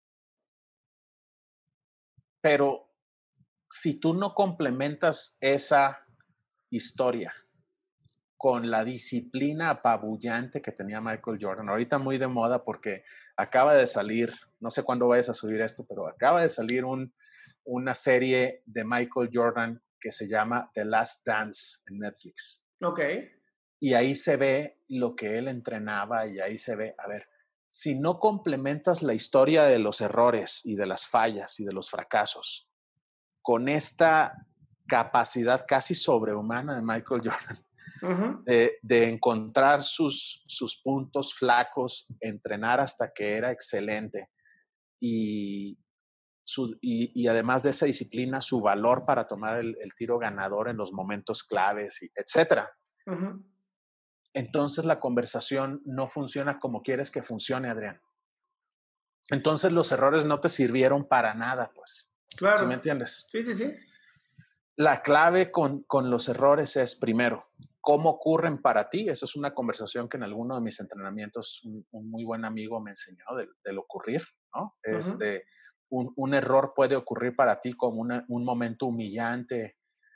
S5: Pero si tú no complementas esa historia con la disciplina apabullante que tenía Michael Jordan, ahorita muy de moda porque acaba de salir, no sé cuándo vayas a subir esto, pero acaba de salir una serie de Michael Jordan que se llama The Last Dance en Netflix.
S4: Ok.
S5: Y ahí se ve lo que él entrenaba y ahí se ve, a ver, si no complementas la historia de los errores y de las fallas y de los fracasos con esta capacidad casi sobrehumana de Michael Jordan, de encontrar sus puntos flacos, entrenar hasta que era excelente y además de esa disciplina, su valor para tomar el tiro ganador en los momentos claves, etcétera. Entonces la conversación no funciona como quieres que funcione, Adrián. Entonces los errores no te sirvieron para nada, pues.
S4: Claro.
S5: ¿Sí me entiendes?
S4: Sí.
S5: La clave con los errores es, primero, ¿cómo ocurren para ti? Esa es una conversación que en alguno de mis entrenamientos un muy buen amigo me enseñó del ocurrir, ¿no? Un error puede ocurrir para ti como un momento humillante,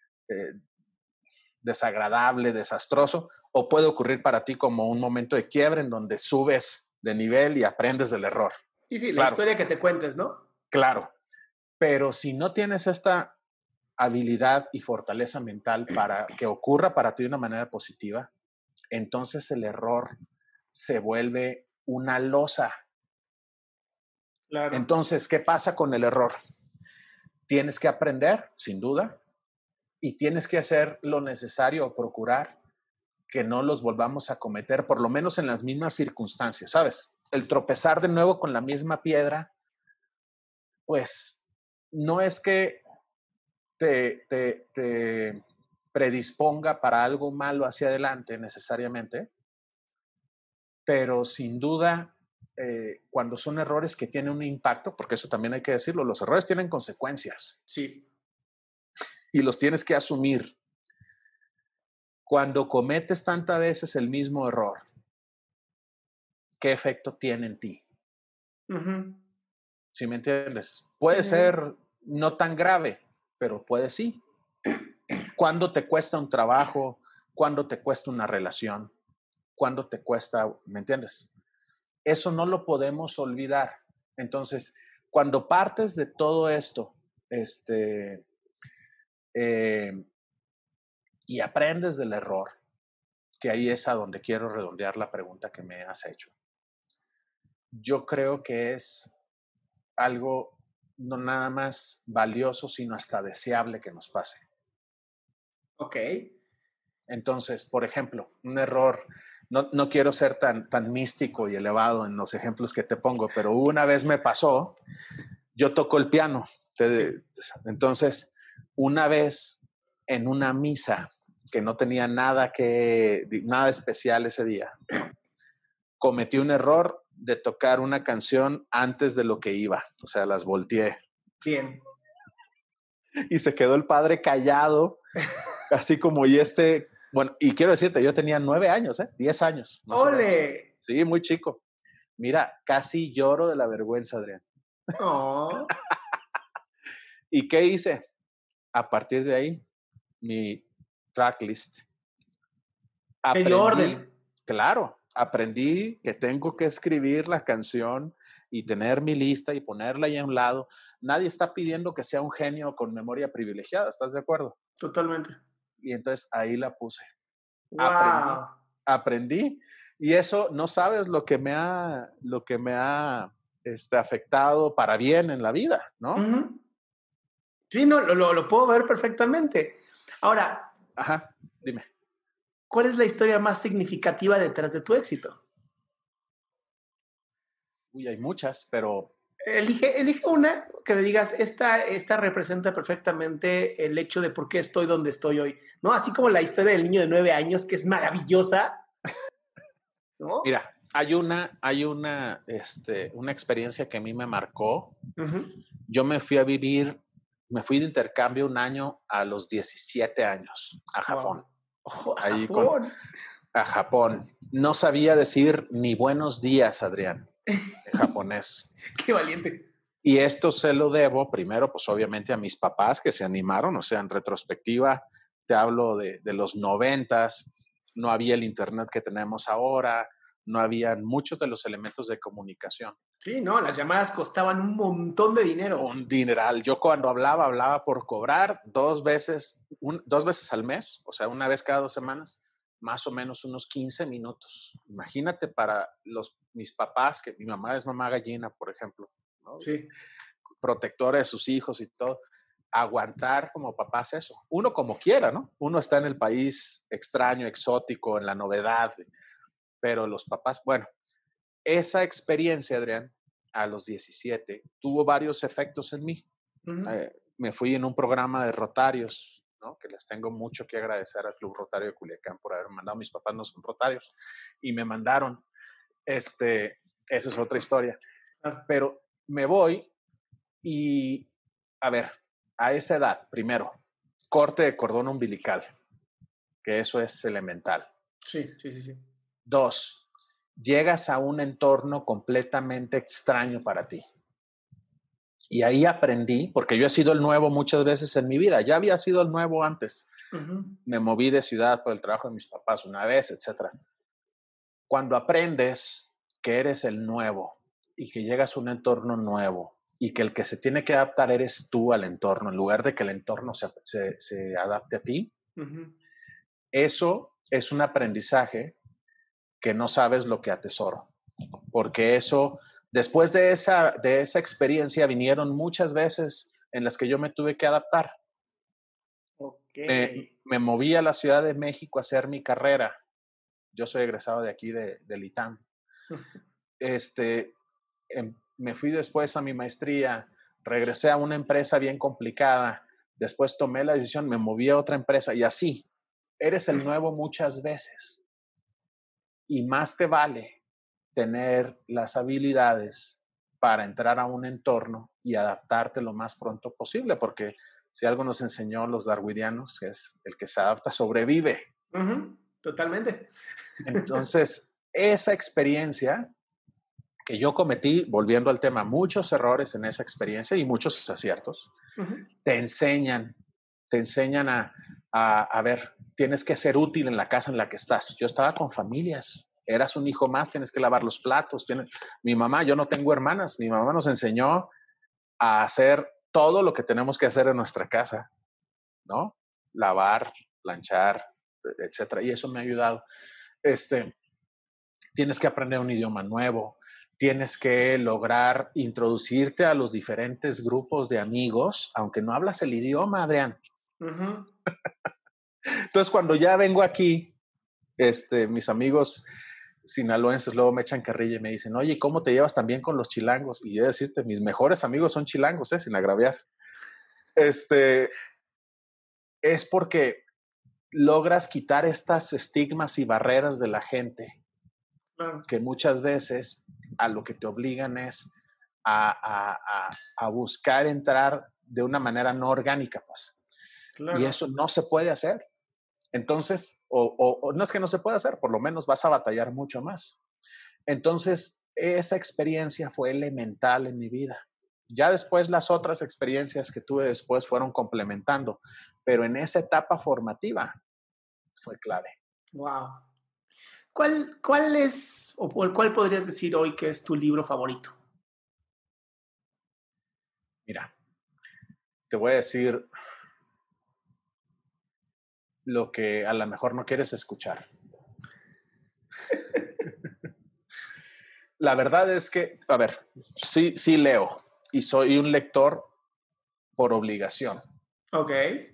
S5: desagradable, desastroso, o puede ocurrir para ti como un momento de quiebre en donde subes de nivel y aprendes del error.
S4: Sí, la historia que te cuentes, ¿no?
S5: Claro, pero si no tienes esta habilidad y fortaleza mental para que ocurra para ti de una manera positiva, entonces el error se vuelve una losa.
S4: Claro.
S5: Entonces, ¿qué pasa con el error? Tienes que aprender, sin duda, y tienes que hacer lo necesario o procurar que no los volvamos a cometer, por lo menos en las mismas circunstancias, ¿sabes? El tropezar de nuevo con la misma piedra, pues no es que te predisponga para algo malo hacia adelante necesariamente, pero sin duda, cuando son errores que tienen un impacto, porque eso también hay que decirlo, los errores tienen consecuencias.
S4: Sí.
S5: Y los tienes que asumir. Cuando cometes tantas veces el mismo error, ¿qué efecto tiene en ti?
S4: Uh-huh.
S5: ¿Sí me entiendes? Puede ser no tan grave, pero puede sí. ¿Cuándo te cuesta un trabajo? ¿Cuándo te cuesta una relación? ¿Cuándo te cuesta, me entiendes? Eso no lo podemos olvidar. Entonces, cuando partes de todo esto, y aprendes del error, que ahí es a donde quiero redondear la pregunta que me has hecho. Yo creo que es algo no nada más valioso, sino hasta deseable que nos pase.
S4: Ok.
S5: Entonces, por ejemplo, un error, no quiero ser tan místico y elevado en los ejemplos que te pongo, pero una vez me pasó, yo toco el piano. Entonces, una vez en una misa que no tenía nada especial ese día, cometí un error de tocar una canción antes de lo que iba, o sea, las volteé.
S4: Bien.
S5: Y se quedó el padre callado, así como, bueno, y quiero decirte, yo tenía 9 años, 10 años.
S4: ¡Ole!
S5: Sí, muy chico. Mira, casi lloro de la vergüenza, Adrián.
S4: Oh.
S5: ¿Y qué hice? A partir de ahí, mi tracklist.
S4: ¿Qué dio orden?
S5: Claro, aprendí que tengo que escribir la canción y tener mi lista y ponerla ahí a un lado. Nadie está pidiendo que sea un genio con memoria privilegiada, ¿estás de acuerdo?
S4: Totalmente.
S5: Y entonces ahí la puse.
S4: Wow.
S5: Aprendí y eso no sabes lo que me ha afectado para bien en la vida, ¿no?
S4: Uh-huh. Sí, no, lo puedo ver perfectamente. Ahora.
S5: Ajá, dime.
S4: ¿Cuál es la historia más significativa detrás de tu éxito?
S5: Uy, hay muchas, pero...
S4: Elige una que me digas, esta representa perfectamente el hecho de por qué estoy donde estoy hoy, ¿no? Así como la historia del niño de 9 años, que es maravillosa, ¿no?
S5: Mira, hay una experiencia que a mí me marcó.
S4: Uh-huh.
S5: Yo me fui de intercambio un año a los 17 años a Japón.
S4: Wow. Oh,
S5: a Japón. No sabía decir ni buenos días, Adrián, en japonés.
S4: Qué valiente.
S5: Y esto se lo debo primero, pues obviamente a mis papás que se animaron, o sea, en retrospectiva, te hablo de los 90s, no había el internet que tenemos ahora, no habían muchos de los elementos de comunicación.
S4: Sí, no, las llamadas costaban un montón de dinero.
S5: Un dineral. Yo cuando hablaba por cobrar 2 veces al mes, o sea, una vez cada 2 semanas, más o menos unos 15 minutos. Imagínate para mis papás, que mi mamá es mamá gallina, por ejemplo, ¿no?
S4: Sí.
S5: Protectora de sus hijos y todo, aguantar como papás eso. Uno como quiera, ¿no? Uno está en el país extraño, exótico, en la novedad, pero los papás, bueno, esa experiencia, Adrián, a los 17, tuvo varios efectos en mí. Uh-huh. Me fui en un programa de Rotarios, ¿no? Que les tengo mucho que agradecer al Club Rotario de Culiacán por haber mandado. Mis papás no son rotarios y me mandaron. Esa es otra historia. Pero me voy y, a ver, a esa edad, primero, corte de cordón umbilical, que eso es elemental.
S4: Sí.
S5: 2, llegas a un entorno completamente extraño para ti. Y ahí aprendí, porque yo he sido el nuevo muchas veces en mi vida, ya había sido el nuevo antes. Uh-huh. Me moví de ciudad por el trabajo de mis papás una vez, etc. Cuando aprendes que eres el nuevo y que llegas a un entorno nuevo y que el que se tiene que adaptar eres tú al entorno, en lugar de que el entorno se adapte a ti, uh-huh. eso es un aprendizaje que no sabes lo que atesoro, porque eso, después de esa experiencia, vinieron muchas veces en las que yo me tuve que adaptar. Me moví a la Ciudad de México a hacer mi carrera. Yo soy egresado de aquí, del ITAM. Me fui después a mi maestría, regresé a una empresa bien complicada, después tomé la decisión, me moví a otra empresa y así. Eres el nuevo muchas veces. Y más te vale tener las habilidades para entrar a un entorno y adaptarte lo más pronto posible, porque si algo nos enseñó los darwinianos, es el que se adapta sobrevive.
S4: Totalmente.
S5: Entonces, esa experiencia que yo cometí, volviendo al tema, muchos errores en esa experiencia y muchos aciertos, te enseñan a ver, tienes que ser útil en la casa en la que estás. Yo estaba con familias, eras un hijo más, tienes que lavar los platos. Mi mamá, yo no tengo hermanas, mi mamá nos enseñó a hacer todo lo que tenemos que hacer en nuestra casa, ¿no? Lavar, planchar, etcétera. Y eso me ha ayudado. Tienes que aprender un idioma nuevo, tienes que lograr introducirte a los diferentes grupos de amigos, aunque no hablas el idioma, Adrián. Entonces, cuando ya vengo aquí, mis amigos sinaloenses luego me echan carrilla y me dicen, oye, ¿cómo te llevas también con los chilangos? Y yo decirte, mis mejores amigos son chilangos, sin agraviar. Es porque logras quitar estas estigmas y barreras de la gente, que muchas veces a lo que te obligan es a buscar entrar de una manera no orgánica, pues. Claro. Y eso no se puede hacer. Entonces, o no es que no se pueda hacer, por lo menos vas a batallar mucho más. Entonces, esa experiencia fue elemental en mi vida. Ya después las otras experiencias que tuve después fueron complementando, pero en esa etapa formativa fue clave.
S4: Wow. ¿Cuál es, o cuál podrías decir hoy que es tu libro favorito?
S5: Mira, te voy a decir lo que a lo mejor no quieres escuchar. La verdad es que, a ver, sí leo y soy un lector por obligación.
S4: Ok.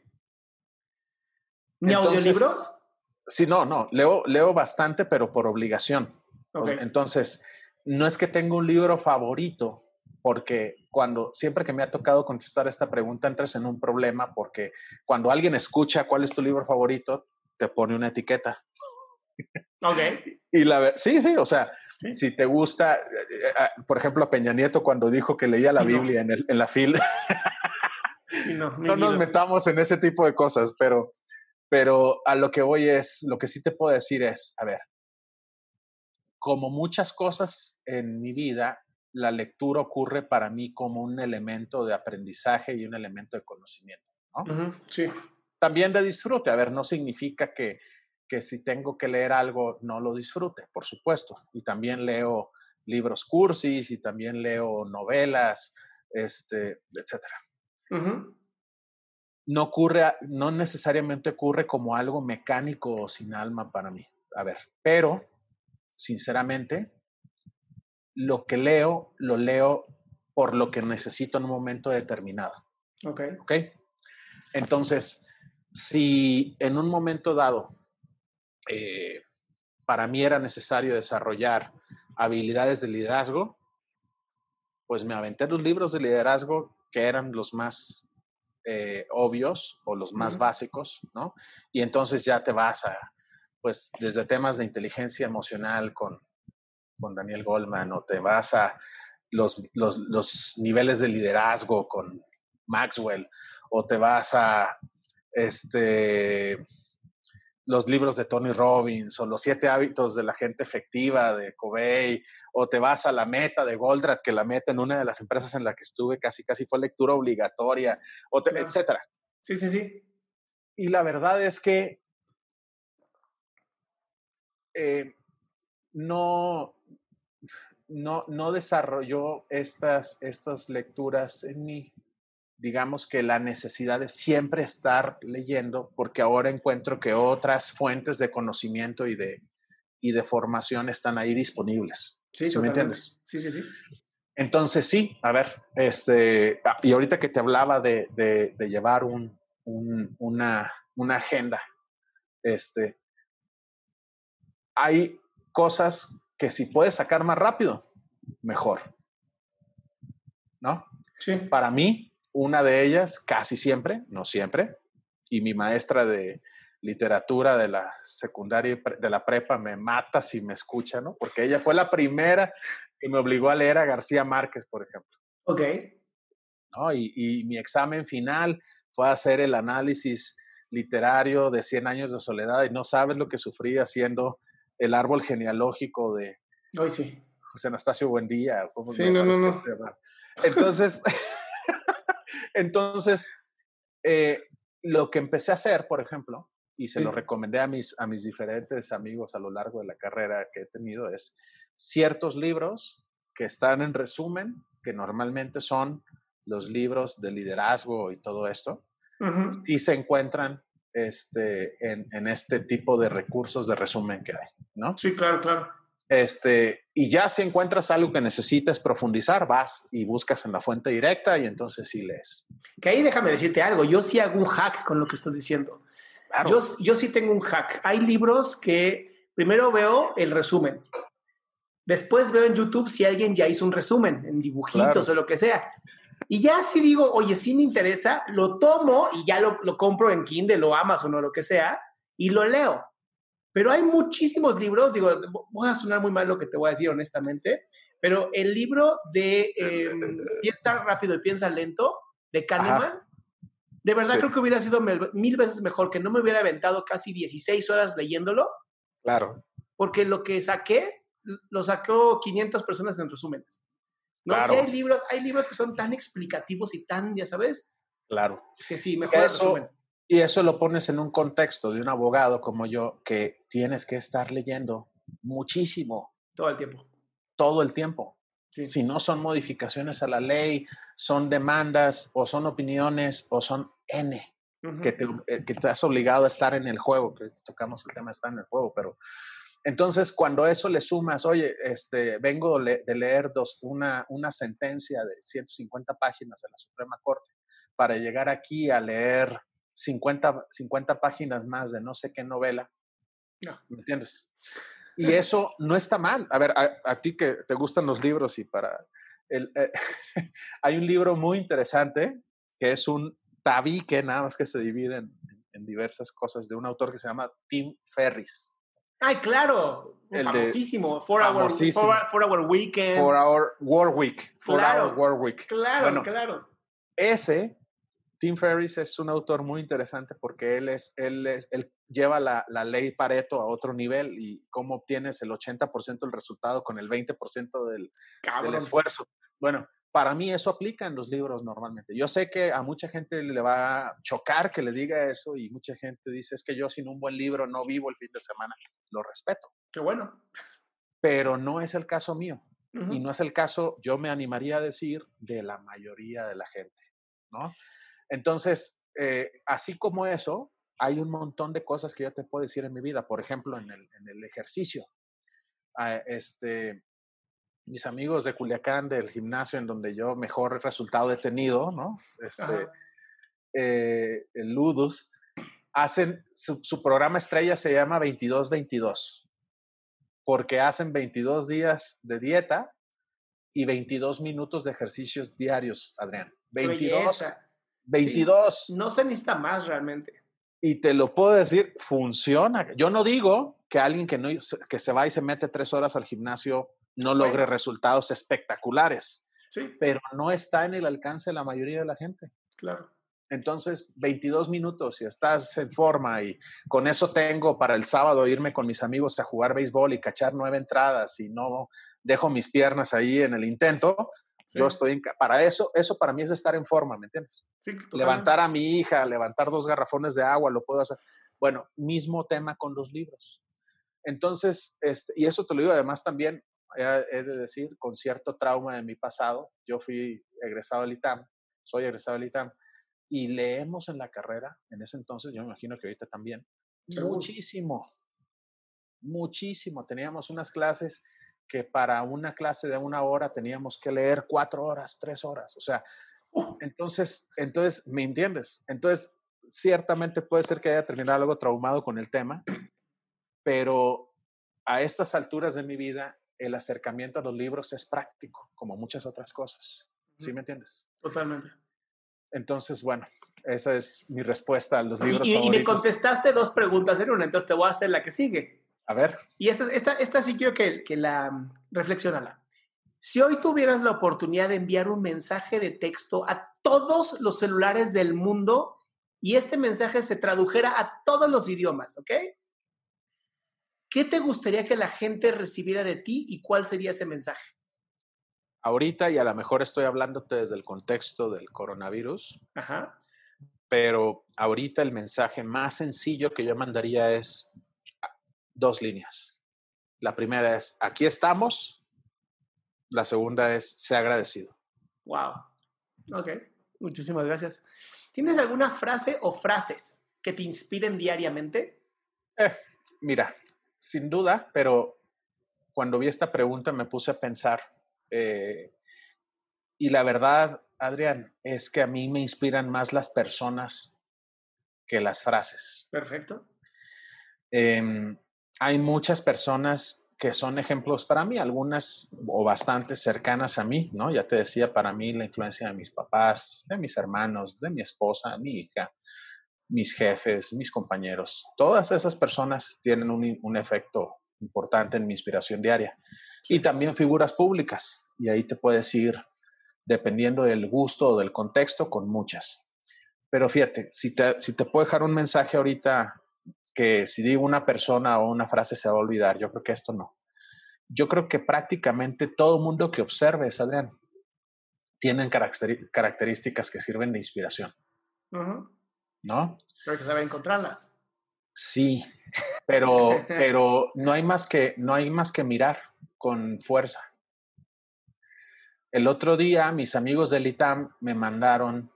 S4: ¿Ni audiolibros?
S5: Sí, no, leo bastante, pero por obligación.
S4: Okay.
S5: Entonces, no es que tenga un libro favorito, porque siempre que me ha tocado contestar esta pregunta, entras en un problema, porque cuando alguien escucha cuál es tu libro favorito, te pone una etiqueta.
S4: Ok.
S5: Y sí, o sea, ¿sí? Si te gusta, por ejemplo, a Peña Nieto cuando dijo que leía la Biblia en la fila,
S4: sí, no
S5: nos metamos en ese tipo de cosas, pero a lo que voy es, lo que sí te puedo decir es, a ver, como muchas cosas en mi vida, la lectura ocurre para mí como un elemento de aprendizaje y un elemento de conocimiento, ¿no?
S4: Sí.
S5: También de disfrute. A ver, no significa que si tengo que leer algo no lo disfrute, por supuesto. Y también leo libros cursis y también leo novelas, etcétera. No necesariamente ocurre como algo mecánico o sin alma para mí. A ver, pero sinceramente, lo que leo, lo leo por lo que necesito en un momento determinado.
S4: Ok.
S5: Entonces, si en un momento dado para mí era necesario desarrollar habilidades de liderazgo, pues me aventé los libros de liderazgo que eran los más obvios o los más básicos, ¿no? Y entonces ya te vas pues desde temas de inteligencia emocional con Daniel Goleman, o te vas a los niveles de liderazgo con Maxwell, o te vas a los libros de Tony Robbins, o los 7 hábitos de la gente efectiva de Covey, o te vas a La Meta de Goldratt, que La Meta en una de las empresas en la que estuve casi fue lectura obligatoria, claro. Etcétera.
S4: Sí.
S5: Y la verdad es que no desarrolló estas lecturas en mí. digamos que la necesidad de siempre estar leyendo, porque ahora encuentro que otras fuentes de conocimiento y de formación están ahí disponibles.
S4: Sí,
S5: ¿Sí me
S4: totalmente.
S5: entiendes?
S4: Sí, sí, sí.
S5: Entonces, sí, a ver, y ahorita que te hablaba de llevar una agenda, hay cosas que si puedes sacar más rápido, mejor, ¿no?
S4: Sí.
S5: Para mí, una de ellas, casi siempre, no siempre, y mi maestra de literatura de la secundaria y de la prepa me mata si me escucha, ¿no? Porque ella fue la primera que me obligó a leer a García Márquez, por ejemplo.
S4: Ok.
S5: ¿No? Y mi examen final fue hacer el análisis literario de 100 años de soledad y no sabes lo que sufrí haciendo el árbol genealógico de
S4: Hoy sí.
S5: José Anastasio Buendía.
S4: Sí, no.
S5: Entonces, entonces lo que empecé a hacer, por ejemplo, y se lo recomendé a mis diferentes amigos a lo largo de la carrera que he tenido, es ciertos libros que están en resumen, que normalmente son los libros de liderazgo y todo esto, y se encuentran en este tipo de recursos de resumen que hay, ¿no?
S4: Sí, claro.
S5: Y ya si encuentras algo que necesites profundizar, vas y buscas en la fuente directa y entonces sí lees.
S4: Que ahí déjame decirte algo, yo sí hago un hack con lo que estás diciendo.
S5: Claro.
S4: Yo sí tengo un hack. Hay libros que primero veo el resumen. Después veo en YouTube si alguien ya hizo un resumen, en dibujitos o lo que sea. Y ya si digo, oye, sí me interesa, lo tomo y ya lo compro en Kindle o Amazon o lo que sea y lo leo. Pero hay muchísimos libros, digo, voy a sonar muy mal lo que te voy a decir honestamente, pero el libro de Piensa rápido y piensa lento, de Kahneman, de verdad creo que hubiera sido 1000 veces mejor que no me hubiera aventado casi 16 horas leyéndolo. Claro. Porque lo que saqué, lo sacó 500 personas en resúmenes. ¿No? Claro. Sí hay libros que son tan explicativos y tan, ya sabes.
S5: Claro.
S4: Que sí, mejor el resumen.
S5: Y eso lo pones en un contexto de un abogado como yo, que tienes que estar leyendo muchísimo.
S4: Todo el tiempo.
S5: Todo el tiempo.
S4: Sí.
S5: Si no son modificaciones a la ley, son demandas o son opiniones o son N, que te has obligado a estar en el juego, que tocamos el tema de estar en el juego, pero entonces cuando eso le sumas, oye, vengo de leer una sentencia de 150 páginas de la Suprema Corte para llegar aquí a leer 50 páginas más de no sé qué novela, no. ¿Me entiendes? Y eso no está mal. A ver, a ti que te gustan los libros y hay un libro muy interesante que es un tabique, nada más que se divide en diversas cosas, de un autor que se llama Tim Ferriss.
S4: ¡Ay, claro! Famosísimo. 4-Hour Weekend.
S5: 4-Hour Work Week.
S4: Claro.
S5: 4-Hour Work Week.
S4: Claro, bueno, claro.
S5: Tim Ferriss es un autor muy interesante porque él lleva la ley Pareto a otro nivel y cómo obtienes el 80% del resultado con el 20% del esfuerzo. Bueno, para mí eso aplica en los libros normalmente. Yo sé que a mucha gente le va a chocar que le diga eso y mucha gente dice, es que yo sin un buen libro no vivo el fin de semana. Lo respeto.
S4: Qué bueno.
S5: Pero no es el caso mío. Y no es el caso, yo me animaría a decir, de la mayoría de la gente, ¿no? Entonces, así como eso, hay un montón de cosas que yo te puedo decir en mi vida. Por ejemplo, en el ejercicio. Mis amigos de Culiacán, del gimnasio en donde yo mejor resultado he tenido, ¿no? El Ludus, hacen, su programa estrella se llama 22-22, porque hacen 22 días de dieta y 22 minutos de ejercicios diarios, Adrián. 22. 22.
S4: Sí, no se necesita más realmente.
S5: Y te lo puedo decir, funciona. Yo no digo que alguien que se va y se mete 3 horas al gimnasio no logre resultados espectaculares.
S4: Sí.
S5: Pero no está en el alcance de la mayoría de la gente.
S4: Claro.
S5: Entonces, 22 minutos y estás en forma y con eso tengo para el sábado irme con mis amigos a jugar béisbol y cachar 9 entradas y no dejo mis piernas ahí en el intento. Sí. Yo estoy para eso para mí es estar en forma, ¿me entiendes?
S4: Sí, totalmente.
S5: Levantar a mi hija, levantar 2 garrafones de agua, lo puedo hacer. Bueno, mismo tema con los libros. Entonces, y eso te lo digo además también, he de decir, con cierto trauma de mi pasado. Yo fui egresado del ITAM, soy egresado del ITAM, y leemos en la carrera, en ese entonces, yo me imagino que ahorita también, muchísimo. Teníamos unas clases que para una clase de 1 hora teníamos que leer 4 horas, 3 horas. O sea, entonces, ¿me entiendes? Entonces, ciertamente puede ser que haya terminado algo traumado con el tema, pero a estas alturas de mi vida, el acercamiento a los libros es práctico, como muchas otras cosas. ¿Sí me entiendes?
S4: Totalmente.
S5: Entonces, bueno, esa es mi respuesta a los libros
S4: Y
S5: favoritos.
S4: me contestaste 2 preguntas en una, entonces te voy a hacer la que sigue.
S5: A ver.
S4: Y esta sí quiero que la reflexionala. Si hoy tuvieras la oportunidad de enviar un mensaje de texto a todos los celulares del mundo y este mensaje se tradujera a todos los idiomas, ¿ok? ¿Qué te gustaría que la gente recibiera de ti y cuál sería ese mensaje?
S5: Ahorita, y a lo mejor estoy hablándote desde el contexto del coronavirus,
S4: Ajá.
S5: pero ahorita el mensaje más sencillo que yo mandaría es 2 líneas. La primera es, aquí estamos. La segunda es, sé agradecido.
S4: Wow. Ok, muchísimas gracias. ¿Tienes alguna frase o frases que te inspiren diariamente?
S5: Mira, sin duda, pero cuando vi esta pregunta me puse a pensar, y la verdad, Adrián, es que a mí me inspiran más las personas que las frases.
S4: Perfecto.
S5: Hay muchas personas que son ejemplos para mí, algunas o bastantes cercanas a mí, ¿no? Ya te decía, para mí la influencia de mis papás, de mis hermanos, de mi esposa, mi hija, mis jefes, mis compañeros, todas esas personas tienen un efecto importante en mi inspiración diaria. Sí. Y también figuras públicas, y ahí te puedes ir, dependiendo del gusto o del contexto, con muchas. Pero fíjate, si te puedo dejar un mensaje ahorita, que si digo una persona o una frase se va a olvidar, yo creo que esto no. Yo creo que prácticamente todo mundo que observes, Adrián, tienen características que sirven de inspiración. Uh-huh. ¿No?
S4: Pero hay que saber encontrarlas.
S5: Sí, pero no hay más que mirar con fuerza. El otro día mis amigos del ITAM me mandaron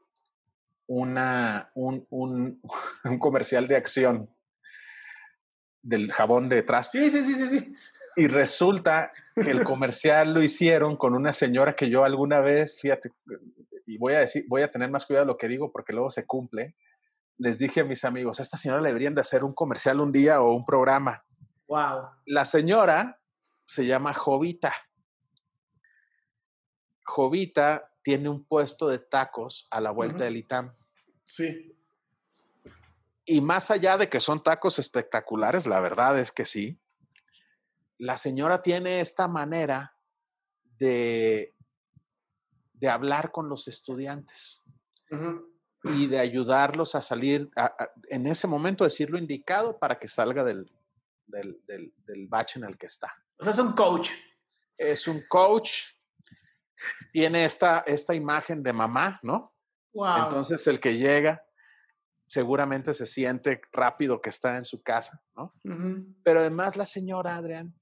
S5: un comercial de Acción del jabón de trastes.
S4: Sí.
S5: Y resulta que el comercial lo hicieron con una señora que yo alguna vez, fíjate, y voy a tener más cuidado de lo que digo porque luego se cumple. Les dije a mis amigos, a esta señora le deberían de hacer un comercial un día o un programa.
S4: Wow.
S5: La señora se llama Jovita. Jovita tiene un puesto de tacos a la vuelta del ITAM.
S4: Sí.
S5: Y más allá de que son tacos espectaculares, la verdad es que sí, la señora tiene esta manera de hablar con los estudiantes. Uh-huh. Y de ayudarlos a salir, en ese momento decir lo indicado para que salga del bache en el que está.
S4: O sea, es un coach.
S5: Es un coach. Tiene esta imagen de mamá, ¿no?
S4: Wow.
S5: Entonces el que llega seguramente se siente rápido que está en su casa, ¿no? Uh-huh. Pero además la señora, Adrián,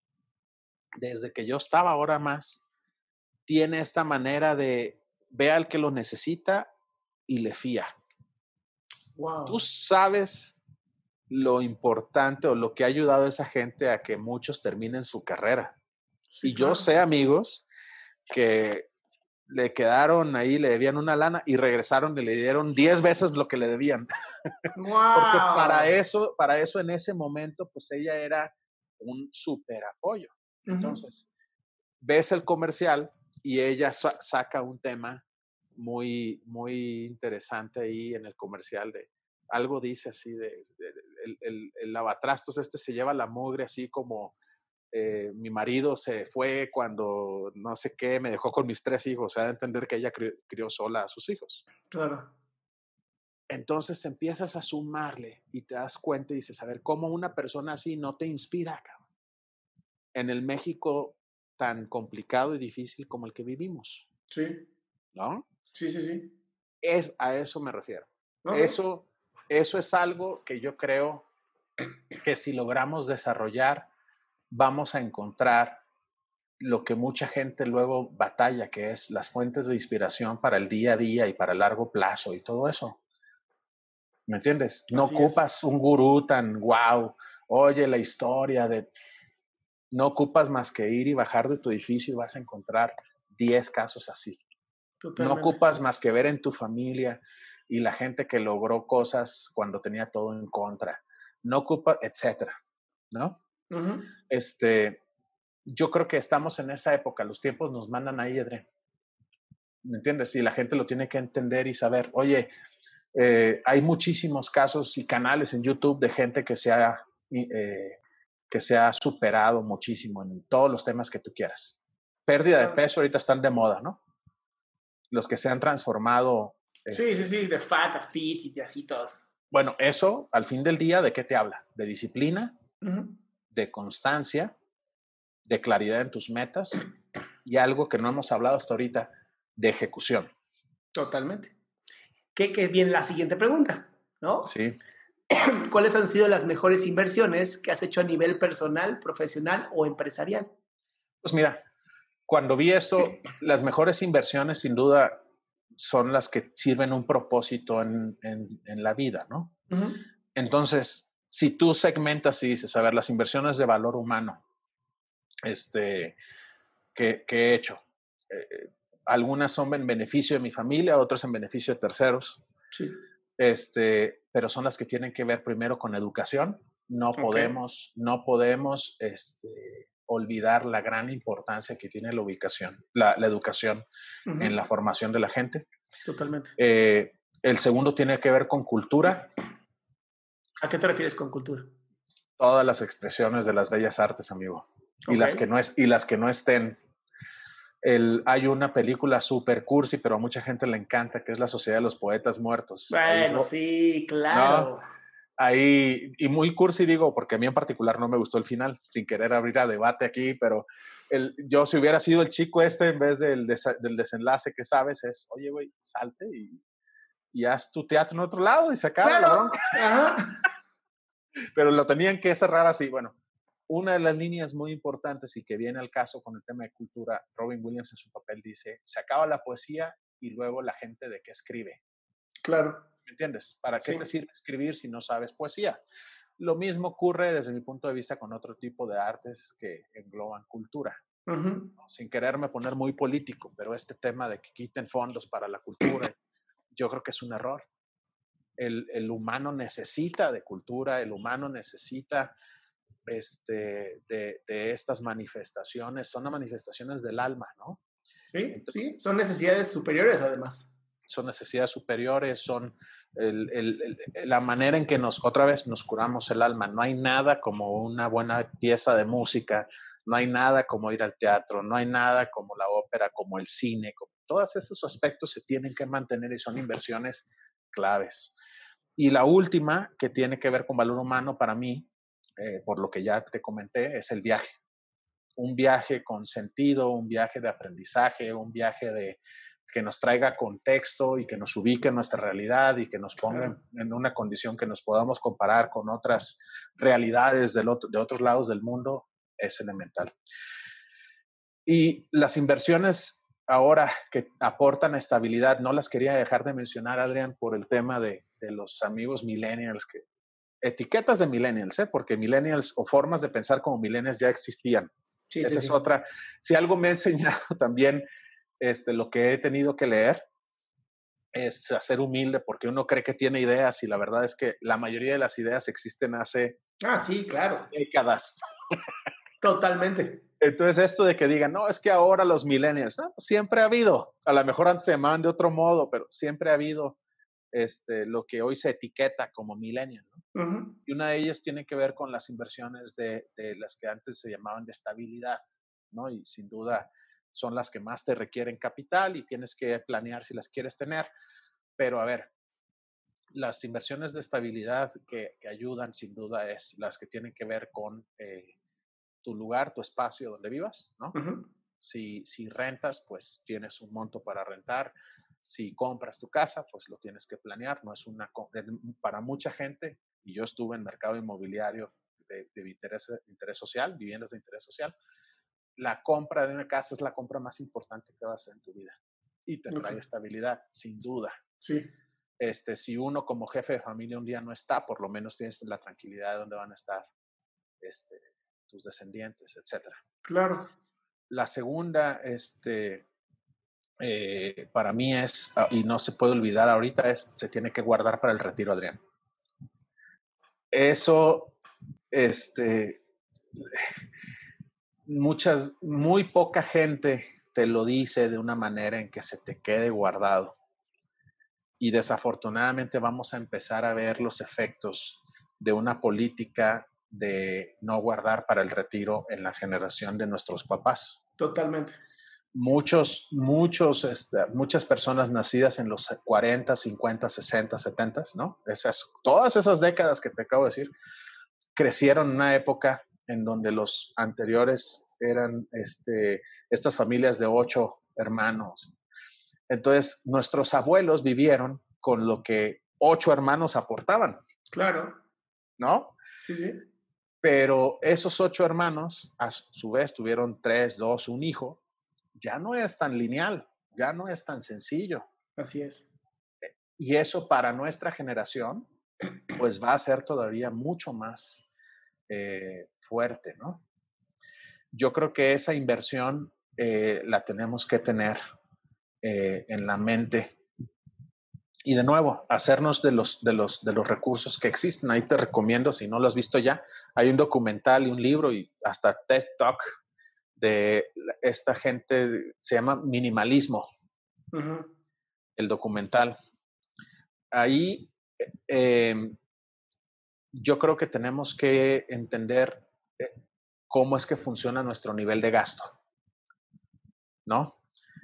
S5: desde que yo estaba ahora más, tiene esta manera de ve al que lo necesita y le fía.
S4: Wow.
S5: Tú sabes lo importante o lo que ha ayudado a esa gente a que muchos terminen su carrera. Sí, y claro. Yo sé, amigos, que le quedaron ahí, le debían una lana y regresaron y le dieron 10 veces lo que le debían.
S4: Wow.
S5: Porque para eso en ese momento, pues ella era un súper apoyo. Uh-huh. Entonces, ves el comercial y ella saca un tema muy, muy interesante ahí en el comercial de algo dice así el lavatrastos se lleva la mugre así como mi marido se fue cuando no sé qué, me dejó con mis 3 hijos, o sea, de entender que ella crió sola a sus hijos.
S4: Claro.
S5: Entonces empiezas a sumarle y te das cuenta y dices, a ver, ¿cómo una persona así no te inspira, cabrón? En el México tan complicado y difícil como el que vivimos.
S4: Sí.
S5: ¿No?
S4: Sí.
S5: A eso me refiero.
S4: Okay.
S5: Eso es algo que yo creo que si logramos desarrollar, vamos a encontrar lo que mucha gente luego batalla, que es las fuentes de inspiración para el día a día y para el largo plazo y todo eso. ¿Me entiendes? No
S4: Así es.
S5: ocupas un gurú tan wow. Oye, la historia de... No ocupas más que ir y bajar de tu edificio y vas a encontrar 10 casos así. No
S4: Totalmente.
S5: ocupas más que ver en tu familia y la gente que logró cosas cuando tenía todo en contra. No ocupa, etcétera, ¿no?
S4: Uh-huh.
S5: Yo creo que estamos en esa época, los tiempos nos mandan ahí, Adrián. ¿Me entiendes? Y la gente lo tiene que entender y saber. Oye, hay muchísimos casos y canales en YouTube de gente que se ha superado muchísimo en todos los temas que tú quieras. Pérdida de peso ahorita están de moda, ¿no? Los que se han transformado.
S4: Sí, de fat a fit y así todos.
S5: Bueno, eso al fin del día, ¿de qué te habla? De disciplina,
S4: Uh-huh.
S5: de constancia, de claridad en tus metas y algo que no hemos hablado hasta ahorita, de ejecución.
S4: Totalmente. ¿Qué viene la siguiente pregunta? ¿No?
S5: Sí.
S4: ¿Cuáles han sido las mejores inversiones que has hecho a nivel personal, profesional o empresarial?
S5: Pues mira, cuando vi esto, las mejores inversiones sin duda son las que sirven un propósito en la vida, ¿no?
S4: Uh-huh.
S5: Entonces, si tú segmentas y dices, a ver, las inversiones de valor humano, que he hecho, algunas son en beneficio de mi familia, otras en beneficio de terceros.
S4: Sí.
S5: Pero son las que tienen que ver primero con educación. No podemos olvidar la gran importancia que tiene la educación
S4: Uh-huh.
S5: en la formación de la gente.
S4: Totalmente.
S5: El segundo tiene que ver con cultura.
S4: ¿A qué te refieres con cultura?
S5: Todas las expresiones de las bellas artes, amigo. Y las que no estén. Hay una película super cursi, pero a mucha gente le encanta, que es La Sociedad de los Poetas Muertos.
S4: Bueno, sí, claro.
S5: ¿No? Ahí, y muy cursi digo, porque a mí en particular no me gustó el final, sin querer abrir a debate aquí, pero yo si hubiera sido el chico en vez del desenlace que sabes, es, oye, güey, salte y haz tu teatro en otro lado y se acaba la bronca.
S4: Ajá.
S5: Pero lo tenían que cerrar así. Bueno, una de las líneas muy importantes y que viene al caso con el tema de cultura, Robin Williams en su papel dice, se acaba la poesía y luego la gente de qué escribe.
S4: Claro.
S5: ¿Me entiendes? ¿Para qué te sirve escribir si no sabes poesía? Lo mismo ocurre desde mi punto de vista con otro tipo de artes que engloban cultura.
S4: Uh-huh.
S5: ¿No? Sin quererme poner muy político, pero este tema de que quiten fondos para la cultura, yo creo que es un error. El humano necesita de cultura, el humano necesita de estas manifestaciones, son manifestaciones del alma, ¿no?
S4: Sí,
S5: Entonces,
S4: sí, son necesidades superiores además.
S5: Son necesidades superiores, son la manera en que otra vez nos curamos el alma. No hay nada como una buena pieza de música, no hay nada como ir al teatro, no hay nada como la ópera, como el cine, todos esos aspectos se tienen que mantener y son inversiones claves. Y la última, que tiene que ver con valor humano para mí, por lo que ya te comenté, es el viaje. Un viaje con sentido, un viaje de aprendizaje, un viaje que nos traiga contexto y que nos ubique en nuestra realidad y que nos ponga en una condición que nos podamos comparar con otras realidades de otros lados del mundo, es elemental. Y las inversiones ahora que aportan estabilidad, no las quería dejar de mencionar, Adrián, por el tema de los amigos millennials, etiquetas de millennials, porque millennials o formas de pensar como millennials ya existían.
S4: Sí,
S5: Esa es otra. Si algo me ha enseñado también lo que he tenido que leer es a ser humilde, porque uno cree que tiene ideas y la verdad es que la mayoría de las ideas existen hace
S4: sí, claro.
S5: décadas.
S4: Totalmente.
S5: Entonces esto de que digan, no, es que ahora los millennials, no, siempre ha habido, a lo mejor antes se llamaban de otro modo, pero siempre ha habido lo que hoy se etiqueta como millennial, ¿no?
S4: Uh-huh.
S5: Y una de ellas tiene que ver con las inversiones de las que antes se llamaban de estabilidad, ¿no? Y sin duda son las que más te requieren capital y tienes que planear si las quieres tener. Pero a ver, las inversiones de estabilidad que ayudan sin duda es las que tienen que ver con tu lugar, tu espacio donde vivas, ¿no?
S4: Uh-huh.
S5: Si rentas, pues tienes un monto para rentar. Si compras tu casa, pues lo tienes que planear. No es para mucha gente, y yo estuve en mercado inmobiliario de interés social, viviendas de interés social, la compra de una casa es la compra más importante que vas a hacer en tu vida y te trae estabilidad, sin duda.
S4: Sí.
S5: Si uno como jefe de familia un día no está, por lo menos tienes la tranquilidad de dónde van a estar tus descendientes, etcétera.
S4: Claro.
S5: La segunda, para mí es, y no se puede olvidar ahorita, se tiene que guardar para el retiro, Adrián. Eso, muy poca gente te lo dice de una manera en que se te quede guardado. Y desafortunadamente vamos a empezar a ver los efectos de una política de no guardar para el retiro en la generación de nuestros papás.
S4: Totalmente.
S5: Muchas personas nacidas en los 40, 50, 60, 70, ¿no? Todas esas décadas que te acabo de decir, crecieron en una época en donde los anteriores eran estas familias de 8 hermanos. Entonces, nuestros abuelos vivieron con lo que 8 hermanos aportaban.
S4: Claro.
S5: ¿No?
S4: Sí, sí.
S5: Pero esos 8 hermanos, a su vez, tuvieron 3, 2, un hijo. Ya no es tan lineal, ya no es tan sencillo.
S4: Así es.
S5: Y eso para nuestra generación, pues va a ser todavía mucho más fuerte, ¿no? Yo creo que esa inversión la tenemos que tener en la mente. Y de nuevo, hacernos de los recursos que existen. Ahí te recomiendo, si no lo has visto ya, hay un documental y un libro y hasta TED Talk de esta gente, se llama Minimalismo, el documental. Ahí yo creo que tenemos que entender cómo es que funciona nuestro nivel de gasto, ¿no?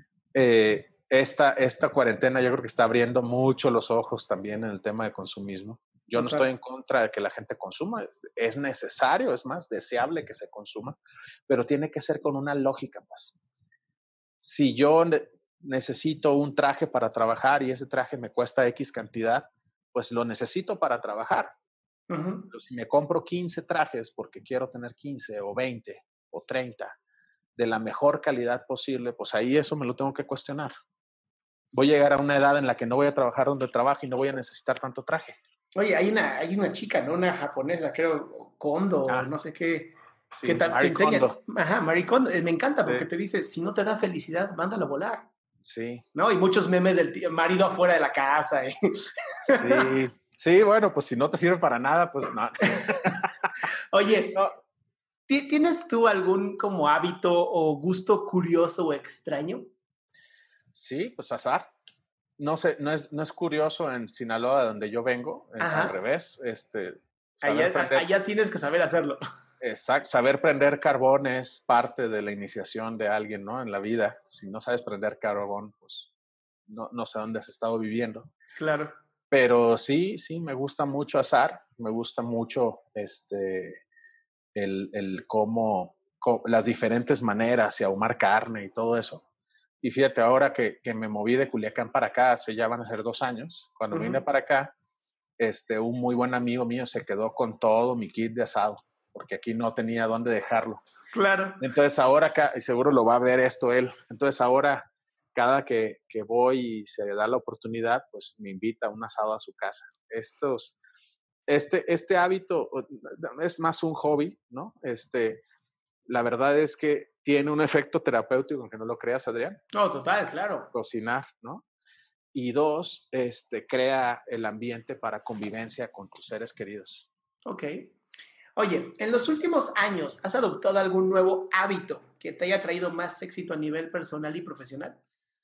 S5: Esta cuarentena yo creo que está abriendo mucho los ojos también en el tema de consumismo. Yo no estoy en contra de que la gente consuma, es necesario, es más deseable que se consuma, pero tiene que ser con una lógica, pues. Si yo necesito un traje para trabajar y ese traje me cuesta X cantidad, pues lo necesito para trabajar. Pero si me compro 15 trajes porque quiero tener 15 o 20 o 30 de la mejor calidad posible, pues ahí eso me lo tengo que cuestionar. Voy a llegar a una edad en la que no voy a trabajar donde trabajo y no voy a necesitar tanto traje.
S4: Oye, hay una chica, ¿no? Una japonesa, creo, Kondo, no sé qué,
S5: sí,
S4: que te enseña.
S5: Kondo.
S4: Ajá, Marie Kondo. Me encanta porque te dice, si no te da felicidad, mándalo a volar.
S5: Sí.
S4: ¿No? Y muchos memes del marido afuera de la casa.
S5: Sí, bueno, pues si no te sirve para nada, pues no.
S4: Oye, ¿tienes tú algún como hábito o gusto curioso o extraño?
S5: Sí, pues azar. No sé, no es curioso en Sinaloa, de donde yo vengo, al revés.
S4: Allá tienes que saber hacerlo.
S5: Exacto, saber prender carbón es parte de la iniciación de alguien, ¿no? En la vida. Si no sabes prender carbón, pues no sé dónde has estado viviendo.
S4: Claro.
S5: Pero sí, me gusta mucho asar, me gusta mucho el cómo las diferentes maneras y ahumar carne y todo eso. Y fíjate, ahora que me moví de Culiacán para acá, hace ya van a ser 2 años, cuando vine para acá, un muy buen amigo mío se quedó con todo mi kit de asado, porque aquí no tenía dónde dejarlo.
S4: Claro.
S5: Entonces ahora acá, y seguro lo va a ver esto él, entonces ahora cada que voy y se da la oportunidad, pues me invita a un asado a su casa. Este hábito es más un hobby, ¿no? La verdad es que tiene un efecto terapéutico, aunque no lo creas, Adrián.
S4: No, total, claro.
S5: Cocinar, ¿no? Y 2, crea el ambiente para convivencia con tus seres queridos.
S4: Ok. Oye, en los últimos años, ¿has adoptado algún nuevo hábito que te haya traído más éxito a nivel personal y profesional?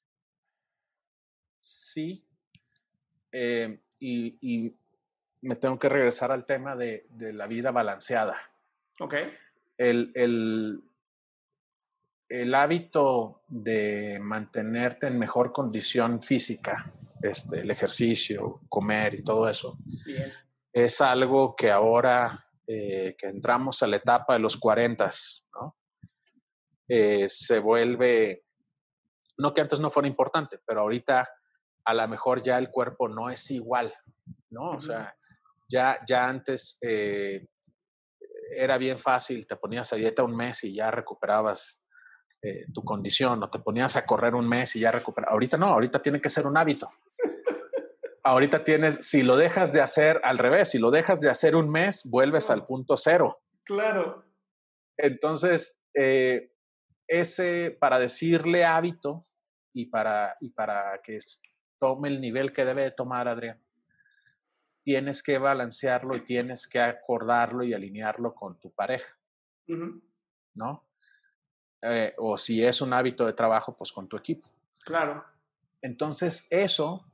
S5: Sí. Y me tengo que regresar al tema de la vida balanceada.
S4: Ok.
S5: El hábito de mantenerte en mejor condición física, el ejercicio, comer y todo eso,
S4: bien,
S5: es algo que ahora que entramos a la etapa de los 40, ¿no? Se vuelve, no que antes no fuera importante, pero ahorita a lo mejor ya el cuerpo no es igual, ¿no? O sea, ya antes era bien fácil, te ponías a dieta un mes y ya recuperabas tu condición, o te ponías a correr un mes y ya recuperas. Ahorita no, ahorita tiene que ser un hábito. Ahorita si lo dejas de hacer al revés, si lo dejas de hacer un mes, vuelves al punto cero.
S4: Claro.
S5: Entonces, para decirle hábito y para que tome el nivel que debe de tomar, Adrián, tienes que balancearlo y tienes que acordarlo y alinearlo con tu pareja, ¿no? O si es un hábito de trabajo, pues con tu equipo.
S4: Claro.
S5: Entonces, eso,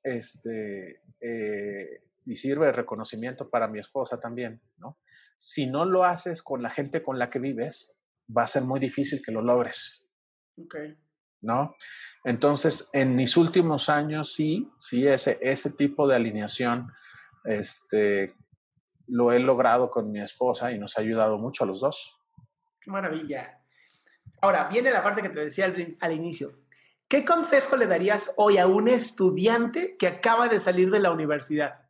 S5: y sirve de reconocimiento para mi esposa también, ¿no? Si no lo haces con la gente con la que vives, va a ser muy difícil que lo logres.
S4: Okay.
S5: ¿No? Entonces, en mis últimos años, sí, ese tipo de alineación, lo he logrado con mi esposa y nos ha ayudado mucho a los dos.
S4: ¡Qué maravilla! Ahora, viene la parte que te decía al inicio. ¿Qué consejo le darías hoy a un estudiante que acaba de salir de la universidad?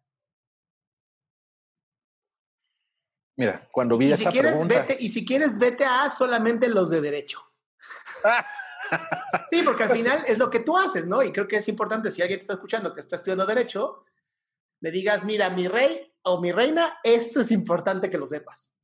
S5: Mira, cuando vi esa pregunta...
S4: Y si quieres, vete a solamente los de derecho. Sí, porque al final es lo que tú haces, ¿no? Y creo que es importante, si alguien te está escuchando que está estudiando derecho, le digas, mira, mi rey o mi reina, esto es importante que lo sepas.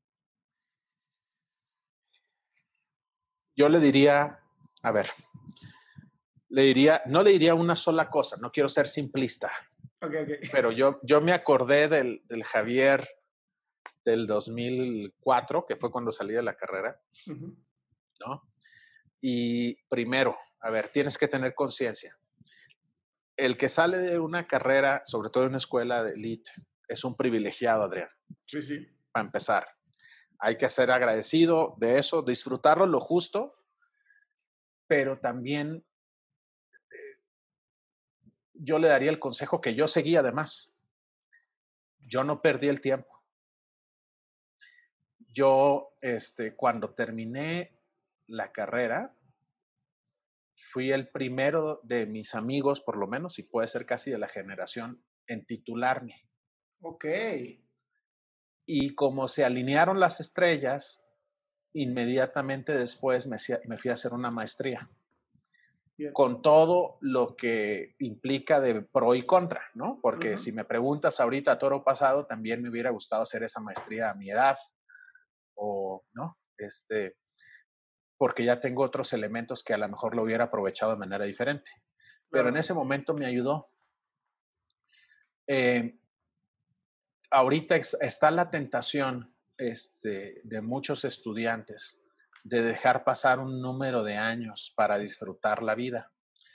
S5: Yo le diría, a ver, no le diría una sola cosa, no quiero ser simplista.
S4: Okay.
S5: Pero yo me acordé del Javier del 2004, que fue cuando salí de la carrera, ¿no? Y primero, a ver, tienes que tener conciencia. El que sale de una carrera, sobre todo en una escuela de elite, es un privilegiado, Adrián.
S4: Sí.
S5: Para empezar, hay que ser agradecido de eso, disfrutarlo lo justo, pero también yo le daría el consejo que yo seguí además. Yo no perdí el tiempo. Yo, cuando terminé la carrera, fui el primero de mis amigos, por lo menos, y puede ser casi de la generación, en titularme.
S4: Ok.
S5: Y como se alinearon las estrellas, inmediatamente después me fui a hacer una maestría. Bien. Con todo lo que implica de pro y contra, ¿no? Porque si me preguntas ahorita a toro pasado, también me hubiera gustado hacer esa maestría a mi edad, o, ¿no? Porque ya tengo otros elementos que a lo mejor lo hubiera aprovechado de manera diferente. Pero en ese momento me ayudó. Ahorita está la tentación de muchos estudiantes de dejar pasar un número de años para disfrutar la vida.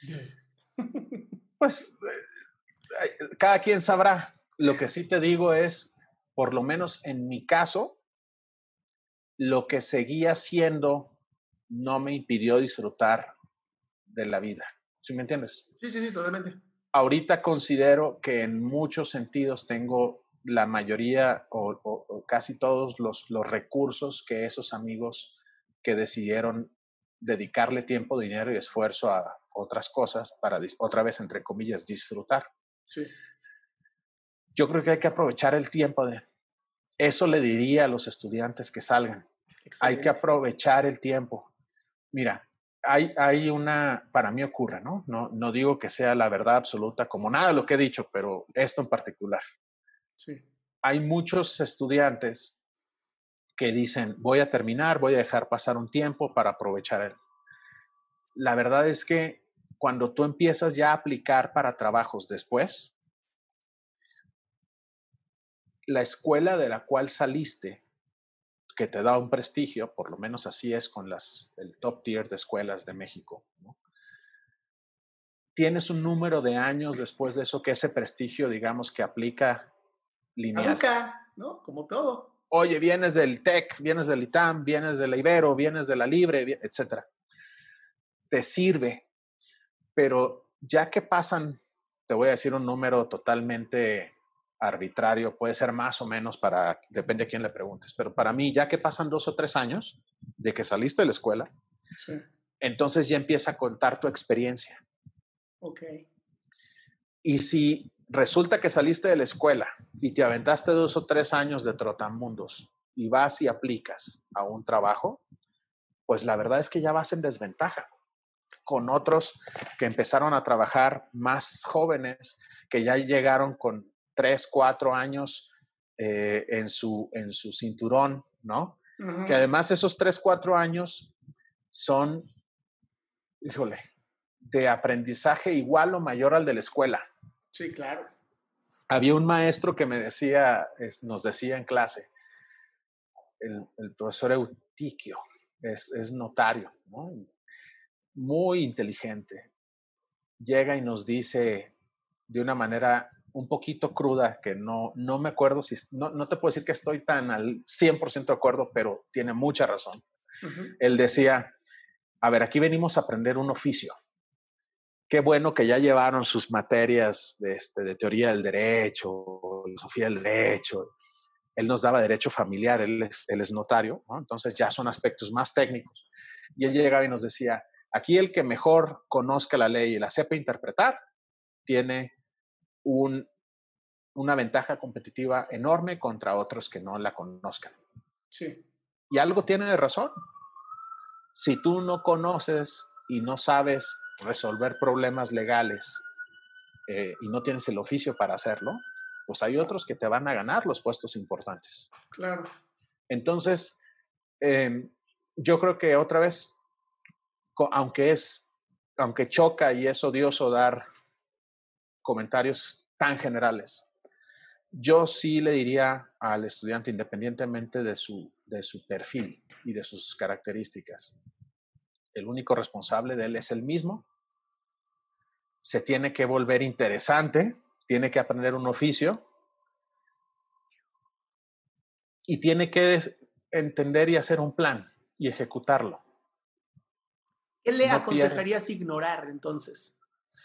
S5: Pues cada quien sabrá. Lo que sí te digo es, por lo menos en mi caso, lo que seguía haciendo no me impidió disfrutar de la vida. ¿Sí me entiendes?
S4: Sí, totalmente.
S5: Ahorita considero que en muchos sentidos tengo la mayoría o casi todos los recursos que esos amigos que decidieron dedicarle tiempo, dinero y esfuerzo a otras cosas para, otra vez, entre comillas, disfrutar.
S4: Sí.
S5: Yo creo que hay que aprovechar el tiempo. Eso le diría a los estudiantes que salgan. Excelente. Hay que aprovechar el tiempo. Mira, hay una, para mí ocurre, ¿no? No digo que sea la verdad absoluta como nada de lo que he dicho, pero esto en particular.
S4: Sí.
S5: Hay muchos estudiantes que dicen, voy a terminar, voy a dejar pasar un tiempo para aprovechar. La verdad es que cuando tú empiezas ya a aplicar para trabajos después, la escuela de la cual saliste, que te da un prestigio, por lo menos así es con el top tier de escuelas de México, ¿no? Tienes un número de años después de eso que ese prestigio, digamos, que aplica lineal.
S4: Aplica, ¿no? Como todo.
S5: Oye, vienes del TEC, vienes del ITAM, vienes de la Ibero, vienes de la Libre, etc. Te sirve, pero ya que pasan, te voy a decir un número totalmente arbitrario, puede ser más o menos, depende a quién le preguntes, pero para mí, ya que pasan 2 o 3 años de que saliste de la escuela,
S4: sí,
S5: entonces ya empieza a contar tu experiencia.
S4: Ok.
S5: Y si resulta que saliste de la escuela y te aventaste 2 o 3 años de trotamundos y vas y aplicas a un trabajo, pues la verdad es que ya vas en desventaja con otros que empezaron a trabajar más jóvenes, que ya llegaron con 3, 4 años en su cinturón, ¿no? Uh-huh. Que además esos 3, 4 años son, híjole, de aprendizaje igual o mayor al de la escuela.
S4: Sí, claro.
S5: Había un maestro que me decía, nos decía en clase, el profesor Eutiquio, es notario, ¿no? Muy inteligente. Llega y nos dice de una manera un poquito cruda, que no me acuerdo si, no te puedo decir que estoy tan al 100% de acuerdo, pero tiene mucha razón. Uh-huh. Él decía, a ver, aquí venimos a aprender un oficio. Qué bueno que ya llevaron sus materias de teoría del derecho, filosofía del derecho. Él nos daba derecho familiar, él es notario, ¿no? Entonces ya son aspectos más técnicos. Y él llegaba y nos decía, aquí el que mejor conozca la ley y la sepa interpretar, tiene una ventaja competitiva enorme contra otros que no la conozcan.
S4: Sí.
S5: Y algo tiene de razón. Si tú no conoces y no sabes resolver problemas legales y no tienes el oficio para hacerlo, pues hay otros que te van a ganar los puestos importantes.
S4: Claro.
S5: Entonces, yo creo que otra vez, aunque choca y es odioso dar comentarios tan generales, yo sí le diría al estudiante, independientemente de su perfil y de sus características, el único responsable de él es él mismo. Se tiene que volver interesante, tiene que aprender un oficio y tiene que entender y hacer un plan y ejecutarlo.
S4: ¿Qué le aconsejarías ignorar entonces?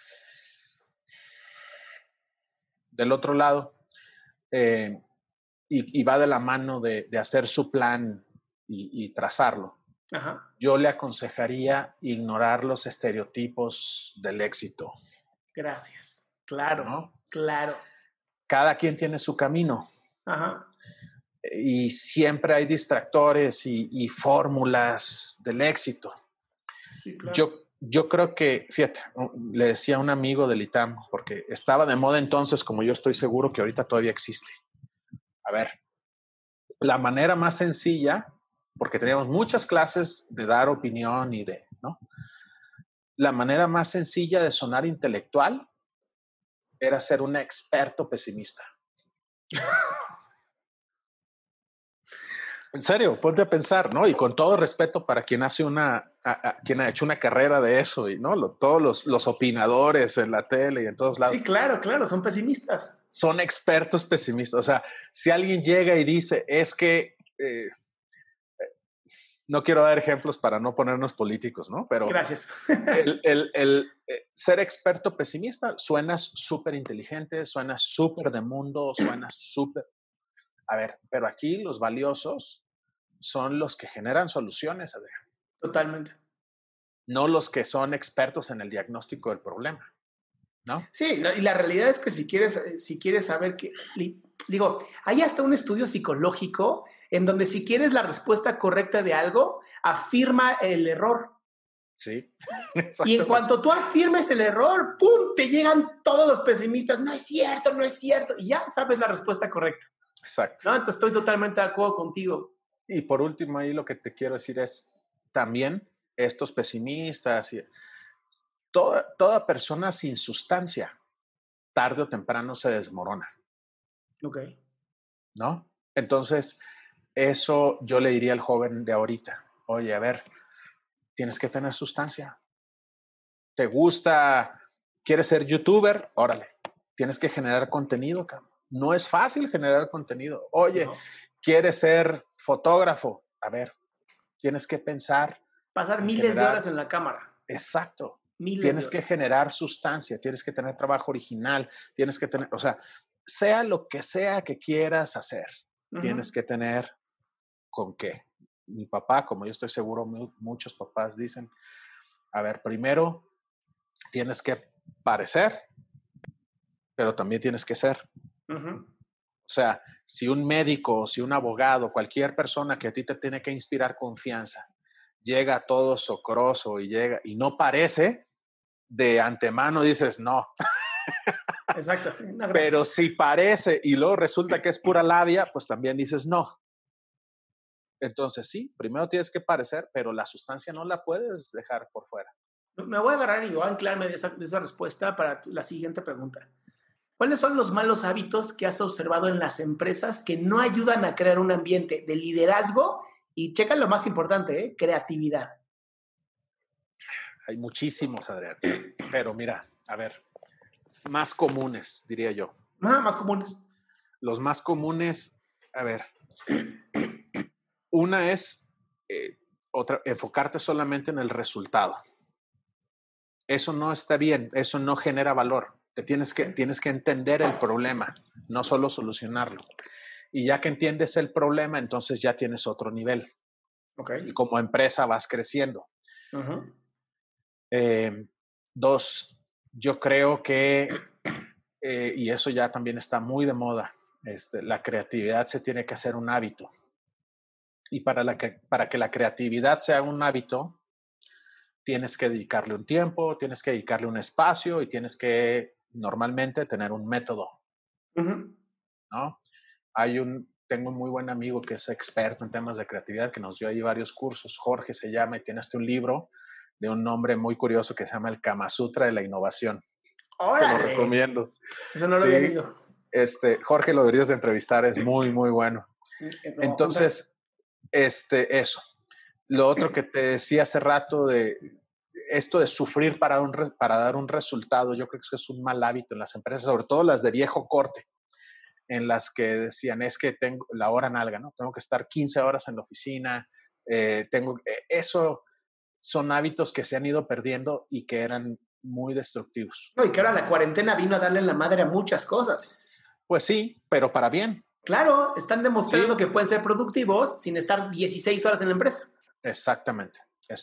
S5: Del otro lado, y va de la mano de hacer su plan y trazarlo.
S4: Ajá.
S5: Yo le aconsejaría ignorar los estereotipos del éxito.
S4: Gracias. Claro, ¿no? Claro.
S5: Cada quien tiene su camino.
S4: Ajá.
S5: Y siempre hay distractores y fórmulas del éxito.
S4: Sí, claro.
S5: Yo creo que, fíjate, le decía a un amigo del ITAM, porque estaba de moda entonces, como yo estoy seguro que ahorita todavía existe. A ver, la manera más sencilla, porque teníamos muchas clases de dar opinión y ¿no? La manera más sencilla de sonar intelectual era ser un experto pesimista. En serio, ponte a pensar, ¿no? Y con todo respeto para quien hace quien ha hecho una carrera de eso, y ¿no? Todos los opinadores en la tele y en todos lados.
S4: Sí, claro, son pesimistas.
S5: Son expertos pesimistas. O sea, si alguien llega y dice, es que no quiero dar ejemplos para no ponernos políticos, ¿no? Pero
S4: gracias.
S5: el ser experto pesimista, suenas súper inteligente, suenas súper de mundo, suenas súper... A ver, pero aquí los valiosos son los que generan soluciones, Adrián.
S4: Totalmente.
S5: No los que son expertos en el diagnóstico del problema, ¿no?
S4: Sí, y la realidad es que si quieres saber que... Digo, hay hasta un estudio psicológico en donde si quieres la respuesta correcta de algo, afirma el error.
S5: Sí.
S4: Y en cuanto tú afirmes el error, ¡pum!, te llegan todos los pesimistas. No es cierto. Y ya sabes la respuesta correcta.
S5: Exacto.
S4: ¿No? Entonces estoy totalmente de acuerdo contigo.
S5: Y por último, ahí lo que te quiero decir es también estos pesimistas y toda persona sin sustancia, tarde o temprano se desmorona.
S4: Ok.
S5: ¿No? Entonces, eso yo le diría al joven de ahorita, oye, a ver, tienes que tener sustancia. ¿Te gusta? ¿Quieres ser youtuber? Órale, tienes que generar contenido, cabrón. No es fácil generar contenido. Oye, no. ¿Quieres ser fotógrafo? A ver, tienes que pensar.
S4: Pasar miles de horas en la cámara.
S5: Exacto. Tienes que generar sustancia, tienes que tener trabajo original, tienes que tener, o sea lo que sea que quieras hacer, tienes que tener con qué. Mi papá, como yo estoy seguro, muchos papás dicen, a ver, primero tienes que parecer, pero también tienes que ser. O sea, si un médico, si un abogado, cualquier persona que a ti te tiene que inspirar confianza, llega todo socroso y no parece, de antemano dices no.
S4: Exacto. No,
S5: pero si parece y luego resulta que es pura labia, pues también dices no. Entonces sí, primero tienes que parecer, pero la sustancia no la puedes dejar por fuera.
S4: Me voy a agarrar y voy a anclarme de esa respuesta para la siguiente pregunta. ¿Cuáles son los malos hábitos que has observado en las empresas que no ayudan a crear un ambiente de liderazgo? Y checa lo más importante, creatividad.
S5: Hay muchísimos, Adrián. Pero mira, a ver, más comunes, diría yo.
S4: Más comunes.
S5: Los más comunes, a ver, una es enfocarte solamente en el resultado. Eso no está bien, eso no genera valor. Tienes que entender el problema, no solo solucionarlo. Y ya que entiendes el problema, entonces ya tienes otro nivel.
S4: Okay.
S5: Y como empresa vas creciendo.
S4: Uh-huh.
S5: 2, yo creo que, y eso ya también está muy de moda, la creatividad se tiene que hacer un hábito. Y para que la creatividad sea un hábito, tienes que dedicarle un tiempo, tienes que dedicarle un espacio y tienes que normalmente tener un método.
S4: Uh-huh.
S5: ¿No? Tengo un muy buen amigo que es experto en temas de creatividad, que nos dio ahí varios cursos. Jorge se llama, y tiene un libro de un nombre muy curioso que se llama El Kama Sutra de la Innovación.
S4: ¡Órale!
S5: Te lo recomiendo.
S4: Eso no lo había leído.
S5: Jorge lo deberías de entrevistar, es muy, muy bueno. Entonces, eso. Lo otro que te decía hace rato de esto de sufrir para dar un resultado, yo creo que es un mal hábito en las empresas, sobre todo las de viejo corte, en las que decían, es que tengo la hora nalga, ¿no? Tengo que estar 15 horas en la oficina, eso son hábitos que se han ido perdiendo y que eran muy destructivos.
S4: No, y que ahora la cuarentena vino a darle la madre a muchas cosas.
S5: Pues sí, pero para bien.
S4: Claro, están demostrando que pueden ser productivos sin estar 16 horas en la empresa.
S5: Exactamente.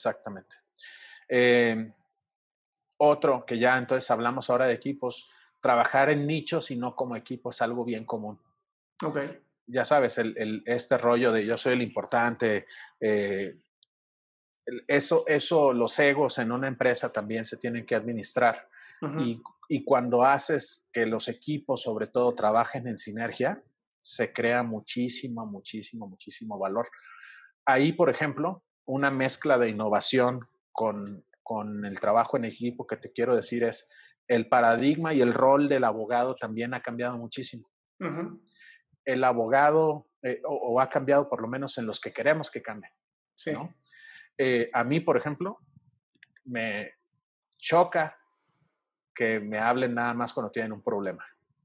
S5: Otro que ya entonces hablamos ahora de equipos, trabajar en nichos y no como equipo es algo bien común.
S4: Ok.
S5: Ya sabes, este rollo de yo soy el importante, eso, los egos en una empresa también se tienen que administrar. Uh-huh. Y cuando haces que los equipos, sobre todo, trabajen en sinergia, se crea muchísimo valor. Ahí, por ejemplo, una mezcla de innovación con el trabajo en equipo que te quiero decir es el paradigma y el rol del abogado también ha cambiado muchísimo. Uh-huh. El abogado, o ha cambiado por lo menos en los que queremos que cambie. Sí. ¿No? A mí, por ejemplo, me choca que me hablen nada más cuando tienen un problema.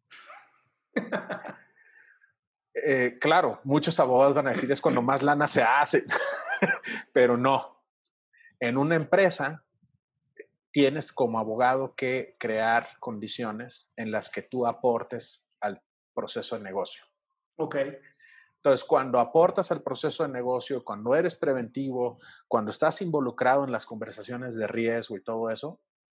S5: Claro, muchos abogados van a decir es cuando más lana se hace, pero no. En una empresa tienes como abogado que crear condiciones en las que tú aportes al proceso de negocio.
S4: Ok.
S5: Entonces, cuando aportas al proceso de negocio, cuando eres preventivo, cuando estás involucrado en las conversaciones de riesgo y todo eso,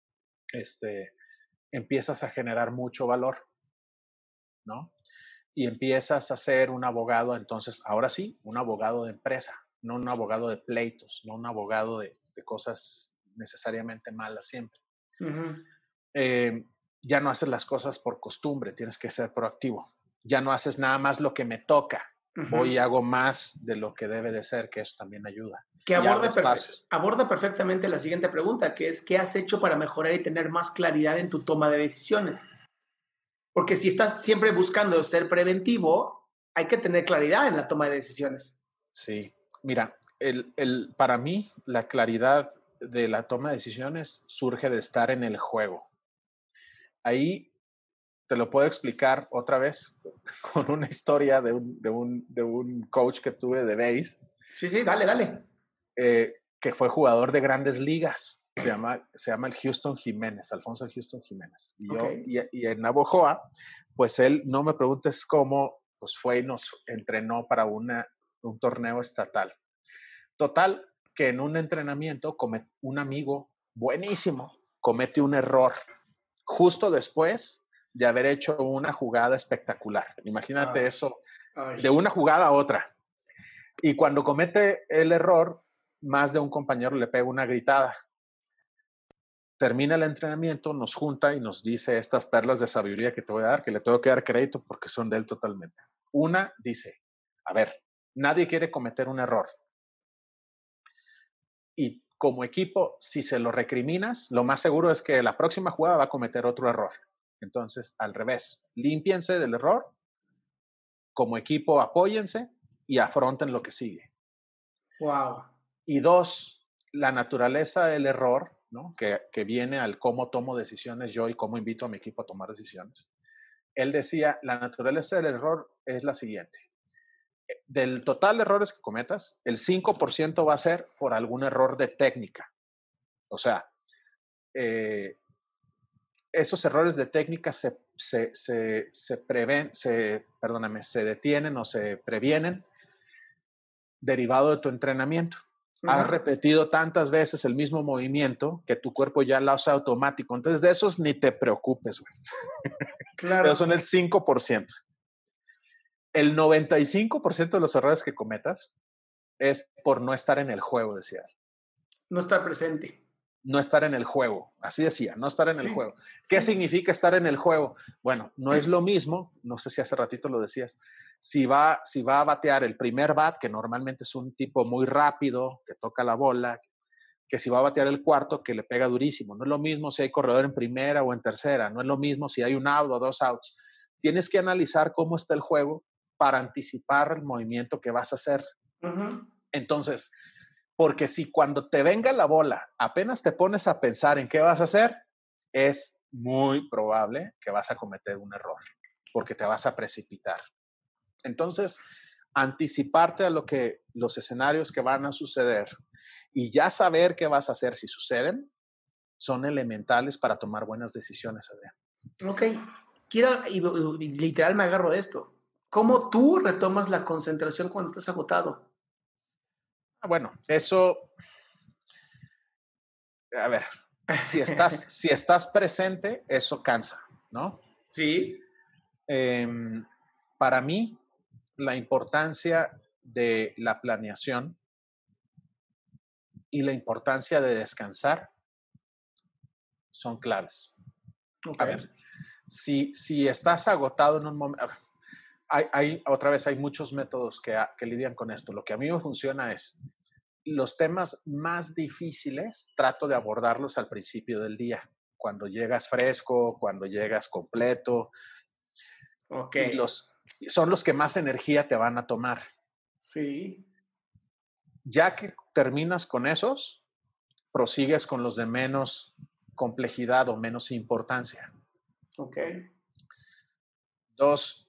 S5: empiezas a generar mucho valor, ¿no? Y empiezas a ser un abogado, entonces, ahora sí, un abogado de empresa, no un abogado de pleitos, no un abogado de cosas necesariamente malas siempre. Uh-huh. Ya no haces las cosas por costumbre, tienes que ser proactivo. Ya no haces nada más lo que me toca. Uh-huh. Hoy hago más de lo que debe de ser, que eso también ayuda.
S4: Que aborda perfectamente la siguiente pregunta, que es ¿qué has hecho para mejorar y tener más claridad en tu toma de decisiones? Porque si estás siempre buscando ser preventivo, hay que tener claridad en la toma de decisiones.
S5: Sí, mira, para mí la claridad de la toma de decisiones surge de estar en el juego. Ahí te lo puedo explicar otra vez con una historia de un coach que tuve de base.
S4: Sí, dale.
S5: Que fue jugador de grandes ligas. Se llama el Houston Jiménez, Alfonso Houston Jiménez. Y en Navojoa, pues él, no me preguntes cómo, pues fue y nos entrenó para un torneo estatal. Total, que en un entrenamiento un amigo buenísimo comete un error justo después de haber hecho una jugada espectacular. Imagínate eso, de una jugada a otra. Y cuando comete el error, más de un compañero le pega una gritada. Termina el entrenamiento, nos junta y nos dice estas perlas de sabiduría que te voy a dar, que le tengo que dar crédito porque son de él totalmente. Una dice, a ver, nadie quiere cometer un error. Y como equipo, si se lo recriminas, lo más seguro es que la próxima jugada va a cometer otro error. Entonces, al revés, límpiense del error, como equipo apóyense y afronten lo que sigue.
S4: Wow.
S5: Y dos, la naturaleza del error, ¿no? que viene al cómo tomo decisiones yo y cómo invito a mi equipo a tomar decisiones. Él decía, la naturaleza del error es la siguiente. Del total de errores que cometas, el 5% va a ser por algún error de técnica. O sea, esos errores de técnica se detienen o se previenen derivado de tu entrenamiento. Has repetido tantas veces el mismo movimiento que tu cuerpo ya lo hace automático. Entonces, de esos ni te preocupes, güey.
S4: Claro.
S5: Pero son el 5%. El 95% de los errores que cometas es por no estar en el juego, decía él.
S4: No estar presente.
S5: No estar en el juego, así decía, no estar en el juego. ¿Qué significa estar en el juego? Bueno, no es lo mismo, no sé si hace ratito lo decías, si va a batear el primer bat, que normalmente es un tipo muy rápido, que toca la bola, que si va a batear el cuarto, que le pega durísimo. No es lo mismo si hay corredor en primera o en tercera, no es lo mismo si hay un out o 2 outs. Tienes que analizar cómo está el juego para anticipar el movimiento que vas a hacer. Entonces, porque si cuando te venga la bola apenas te pones a pensar en qué vas a hacer, es muy probable que vas a cometer un error, porque te vas a precipitar. Entonces, anticiparte a los escenarios que van a suceder y ya saber qué vas a hacer si suceden, son elementales para tomar buenas decisiones, Adrián.
S4: Ok, y literal me agarro de esto. ¿Cómo tú retomas la concentración cuando estás agotado?
S5: Bueno, eso, a ver, si estás presente, eso cansa, ¿no?
S4: Sí.
S5: Para mí, la importancia de la planeación y la importancia de descansar son claves.
S4: Okay.
S5: A ver, si estás agotado en un momento, otra vez hay muchos métodos que lidian con esto. Lo que a mí me funciona es los temas más difíciles, trato de abordarlos al principio del día, cuando llegas fresco, cuando llegas completo.
S4: Okay.
S5: Y son los que más energía te van a tomar.
S4: Sí.
S5: Ya que terminas con esos, prosigues con los de menos complejidad o menos importancia.
S4: Ok.
S5: Dos,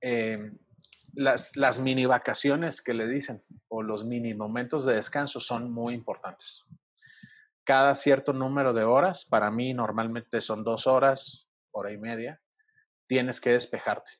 S5: las mini vacaciones que le dicen o los mini momentos de descanso son muy importantes. Cada cierto número de horas, para mí normalmente son 2 horas, hora y media, tienes que despejarte.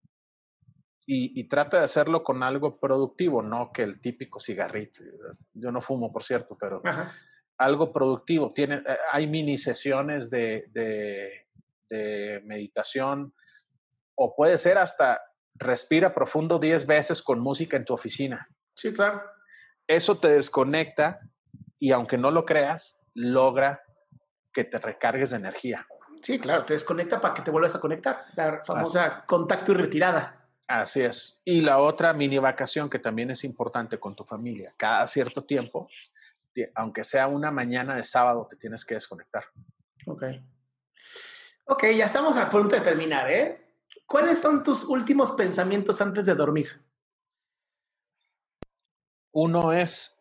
S5: Y trata de hacerlo con algo productivo, no que el típico cigarrito. Yo no fumo, por cierto, pero algo productivo. Hay mini sesiones de meditación, o puede ser hasta respira profundo 10 veces con música en tu oficina.
S4: Sí, claro.
S5: Eso te desconecta y aunque no lo creas, logra que te recargues de energía.
S4: Sí, claro, te desconecta para que te vuelvas a conectar. La famosa contacto y retirada.
S5: Así es. Y la otra mini vacación que también es importante con tu familia. Cada cierto tiempo, aunque sea una mañana de sábado, te tienes que desconectar.
S4: Ok, ya estamos a punto de terminar, ¿eh? ¿Cuáles son tus últimos pensamientos antes de dormir?
S5: Uno es,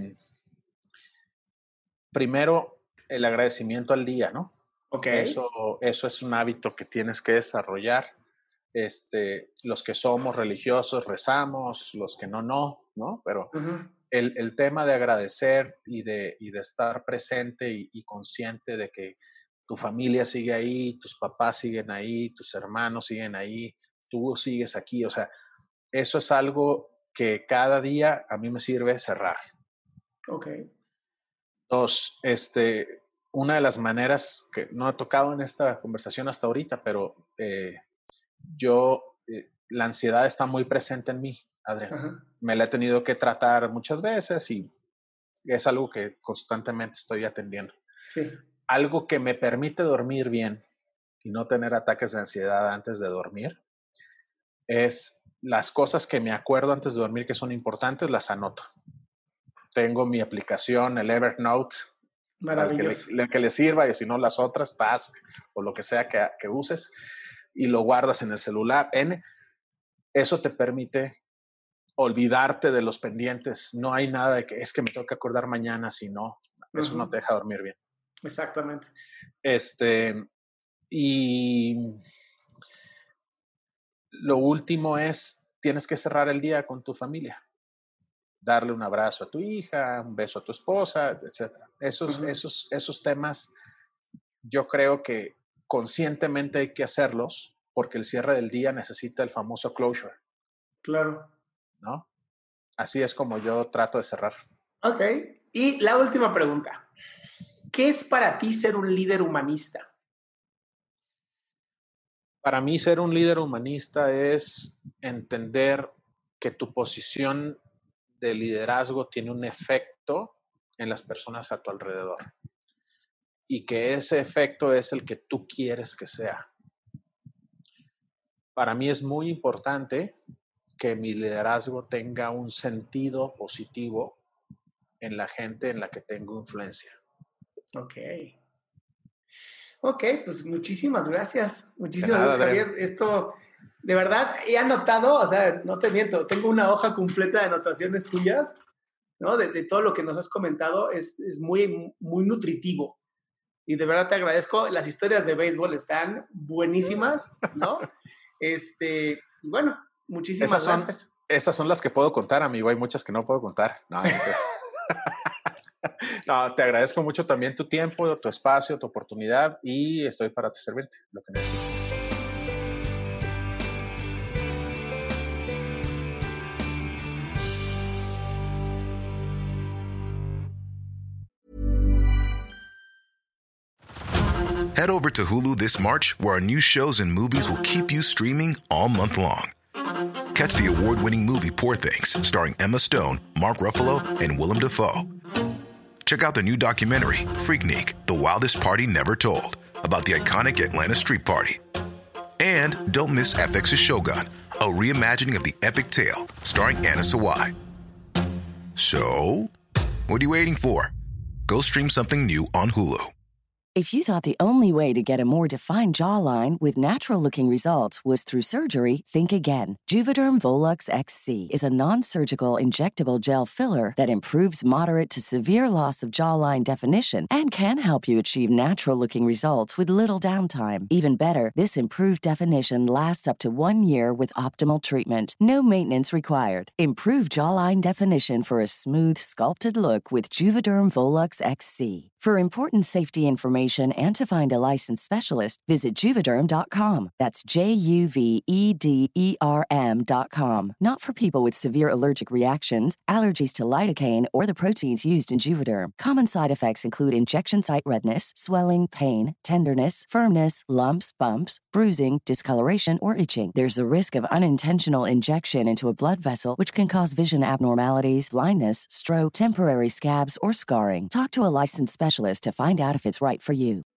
S5: primero, el agradecimiento al día, ¿no?
S4: Ok.
S5: Eso es un hábito que tienes que desarrollar. Los que somos religiosos rezamos, los que no, pero el tema de agradecer y de estar presente y consciente de que tu familia sigue ahí, tus papás siguen ahí, tus hermanos siguen ahí, tú sigues aquí, o sea, eso es algo que cada día a mí me sirve cerrar.
S4: Ok.
S5: Dos, una de las maneras que no he tocado en esta conversación hasta ahorita, pero la ansiedad está muy presente en mí, Adrián. Me la he tenido que tratar muchas veces y es algo que constantemente estoy atendiendo.
S4: Sí.
S5: Algo que me permite dormir bien y no tener ataques de ansiedad antes de dormir es las cosas que me acuerdo antes de dormir que son importantes, las anoto. Tengo mi aplicación, el Evernote,
S4: Maravilloso.
S5: al que le sirva, y si no las otras, Task o lo que sea que uses, y lo guardas en el celular. Eso te permite olvidarte de los pendientes. No hay nada de que es que me tengo que acordar mañana, si no, eso no te deja dormir bien.
S4: Exactamente.
S5: Y lo último es, tienes que cerrar el día con tu familia. Darle un abrazo a tu hija, un beso a tu esposa, etc. Esos temas, yo creo que conscientemente hay que hacerlos porque el cierre del día necesita el famoso closure.
S4: Claro.
S5: ¿No? Así es como yo trato de cerrar.
S4: Ok. Y la última pregunta. ¿Qué es para ti ser un líder humanista?
S5: Para mí ser un líder humanista es entender que tu posición de liderazgo tiene un efecto en las personas a tu alrededor y que ese efecto es el que tú quieres que sea. Para mí es muy importante que mi liderazgo tenga un sentido positivo en la gente en la que tengo influencia.
S4: Ok, pues muchísimas gracias. Muchísimas gracias, Javier. Esto, de verdad, he anotado, o sea, no te miento, tengo una hoja completa de anotaciones tuyas, ¿no? De todo lo que nos has comentado, es muy, muy nutritivo. Y de verdad te agradezco. Las historias de béisbol están buenísimas, ¿no? Y bueno, muchísimas gracias.
S5: Esas son las que puedo contar, amigo. Hay muchas que no puedo contar. No, te agradezco mucho también tu tiempo, tu espacio, tu oportunidad y estoy para servirte lo que necesites.
S6: Head over to Hulu this March, where our new shows and movies will keep you streaming all month long. Catch the award-winning movie Poor Things, starring Emma Stone, Mark Ruffalo, and Willem Dafoe. Check out the new documentary, Freaknik, The Wildest Party Never Told, about the iconic Atlanta Street Party. And don't miss FX's Shogun, a reimagining of the epic tale, starring Anna Sawai. So, what are you waiting for? Go stream something new on Hulu.
S3: If you thought the only way to get a more defined jawline with natural-looking results was through surgery, think again. Juvederm Volux XC is a non-surgical injectable gel filler that improves moderate to severe loss of jawline definition and can help you achieve natural-looking results with little downtime. Even better, this improved definition lasts up to 1 year with optimal treatment. No maintenance required. Improve jawline definition for a smooth, sculpted look with Juvederm Volux XC. For important safety information and to find a licensed specialist, visit Juvederm.com. That's JUVEDERM.com. Not for people with severe allergic reactions, allergies to lidocaine, or the proteins used in Juvederm. Common side effects include injection site redness, swelling, pain, tenderness, firmness, lumps, bumps, bruising, discoloration, or itching. There's a risk of unintentional injection into a blood vessel, which can cause vision abnormalities, blindness, stroke, temporary scabs, or scarring. Talk to a licensed specialist to find out if it's right for you.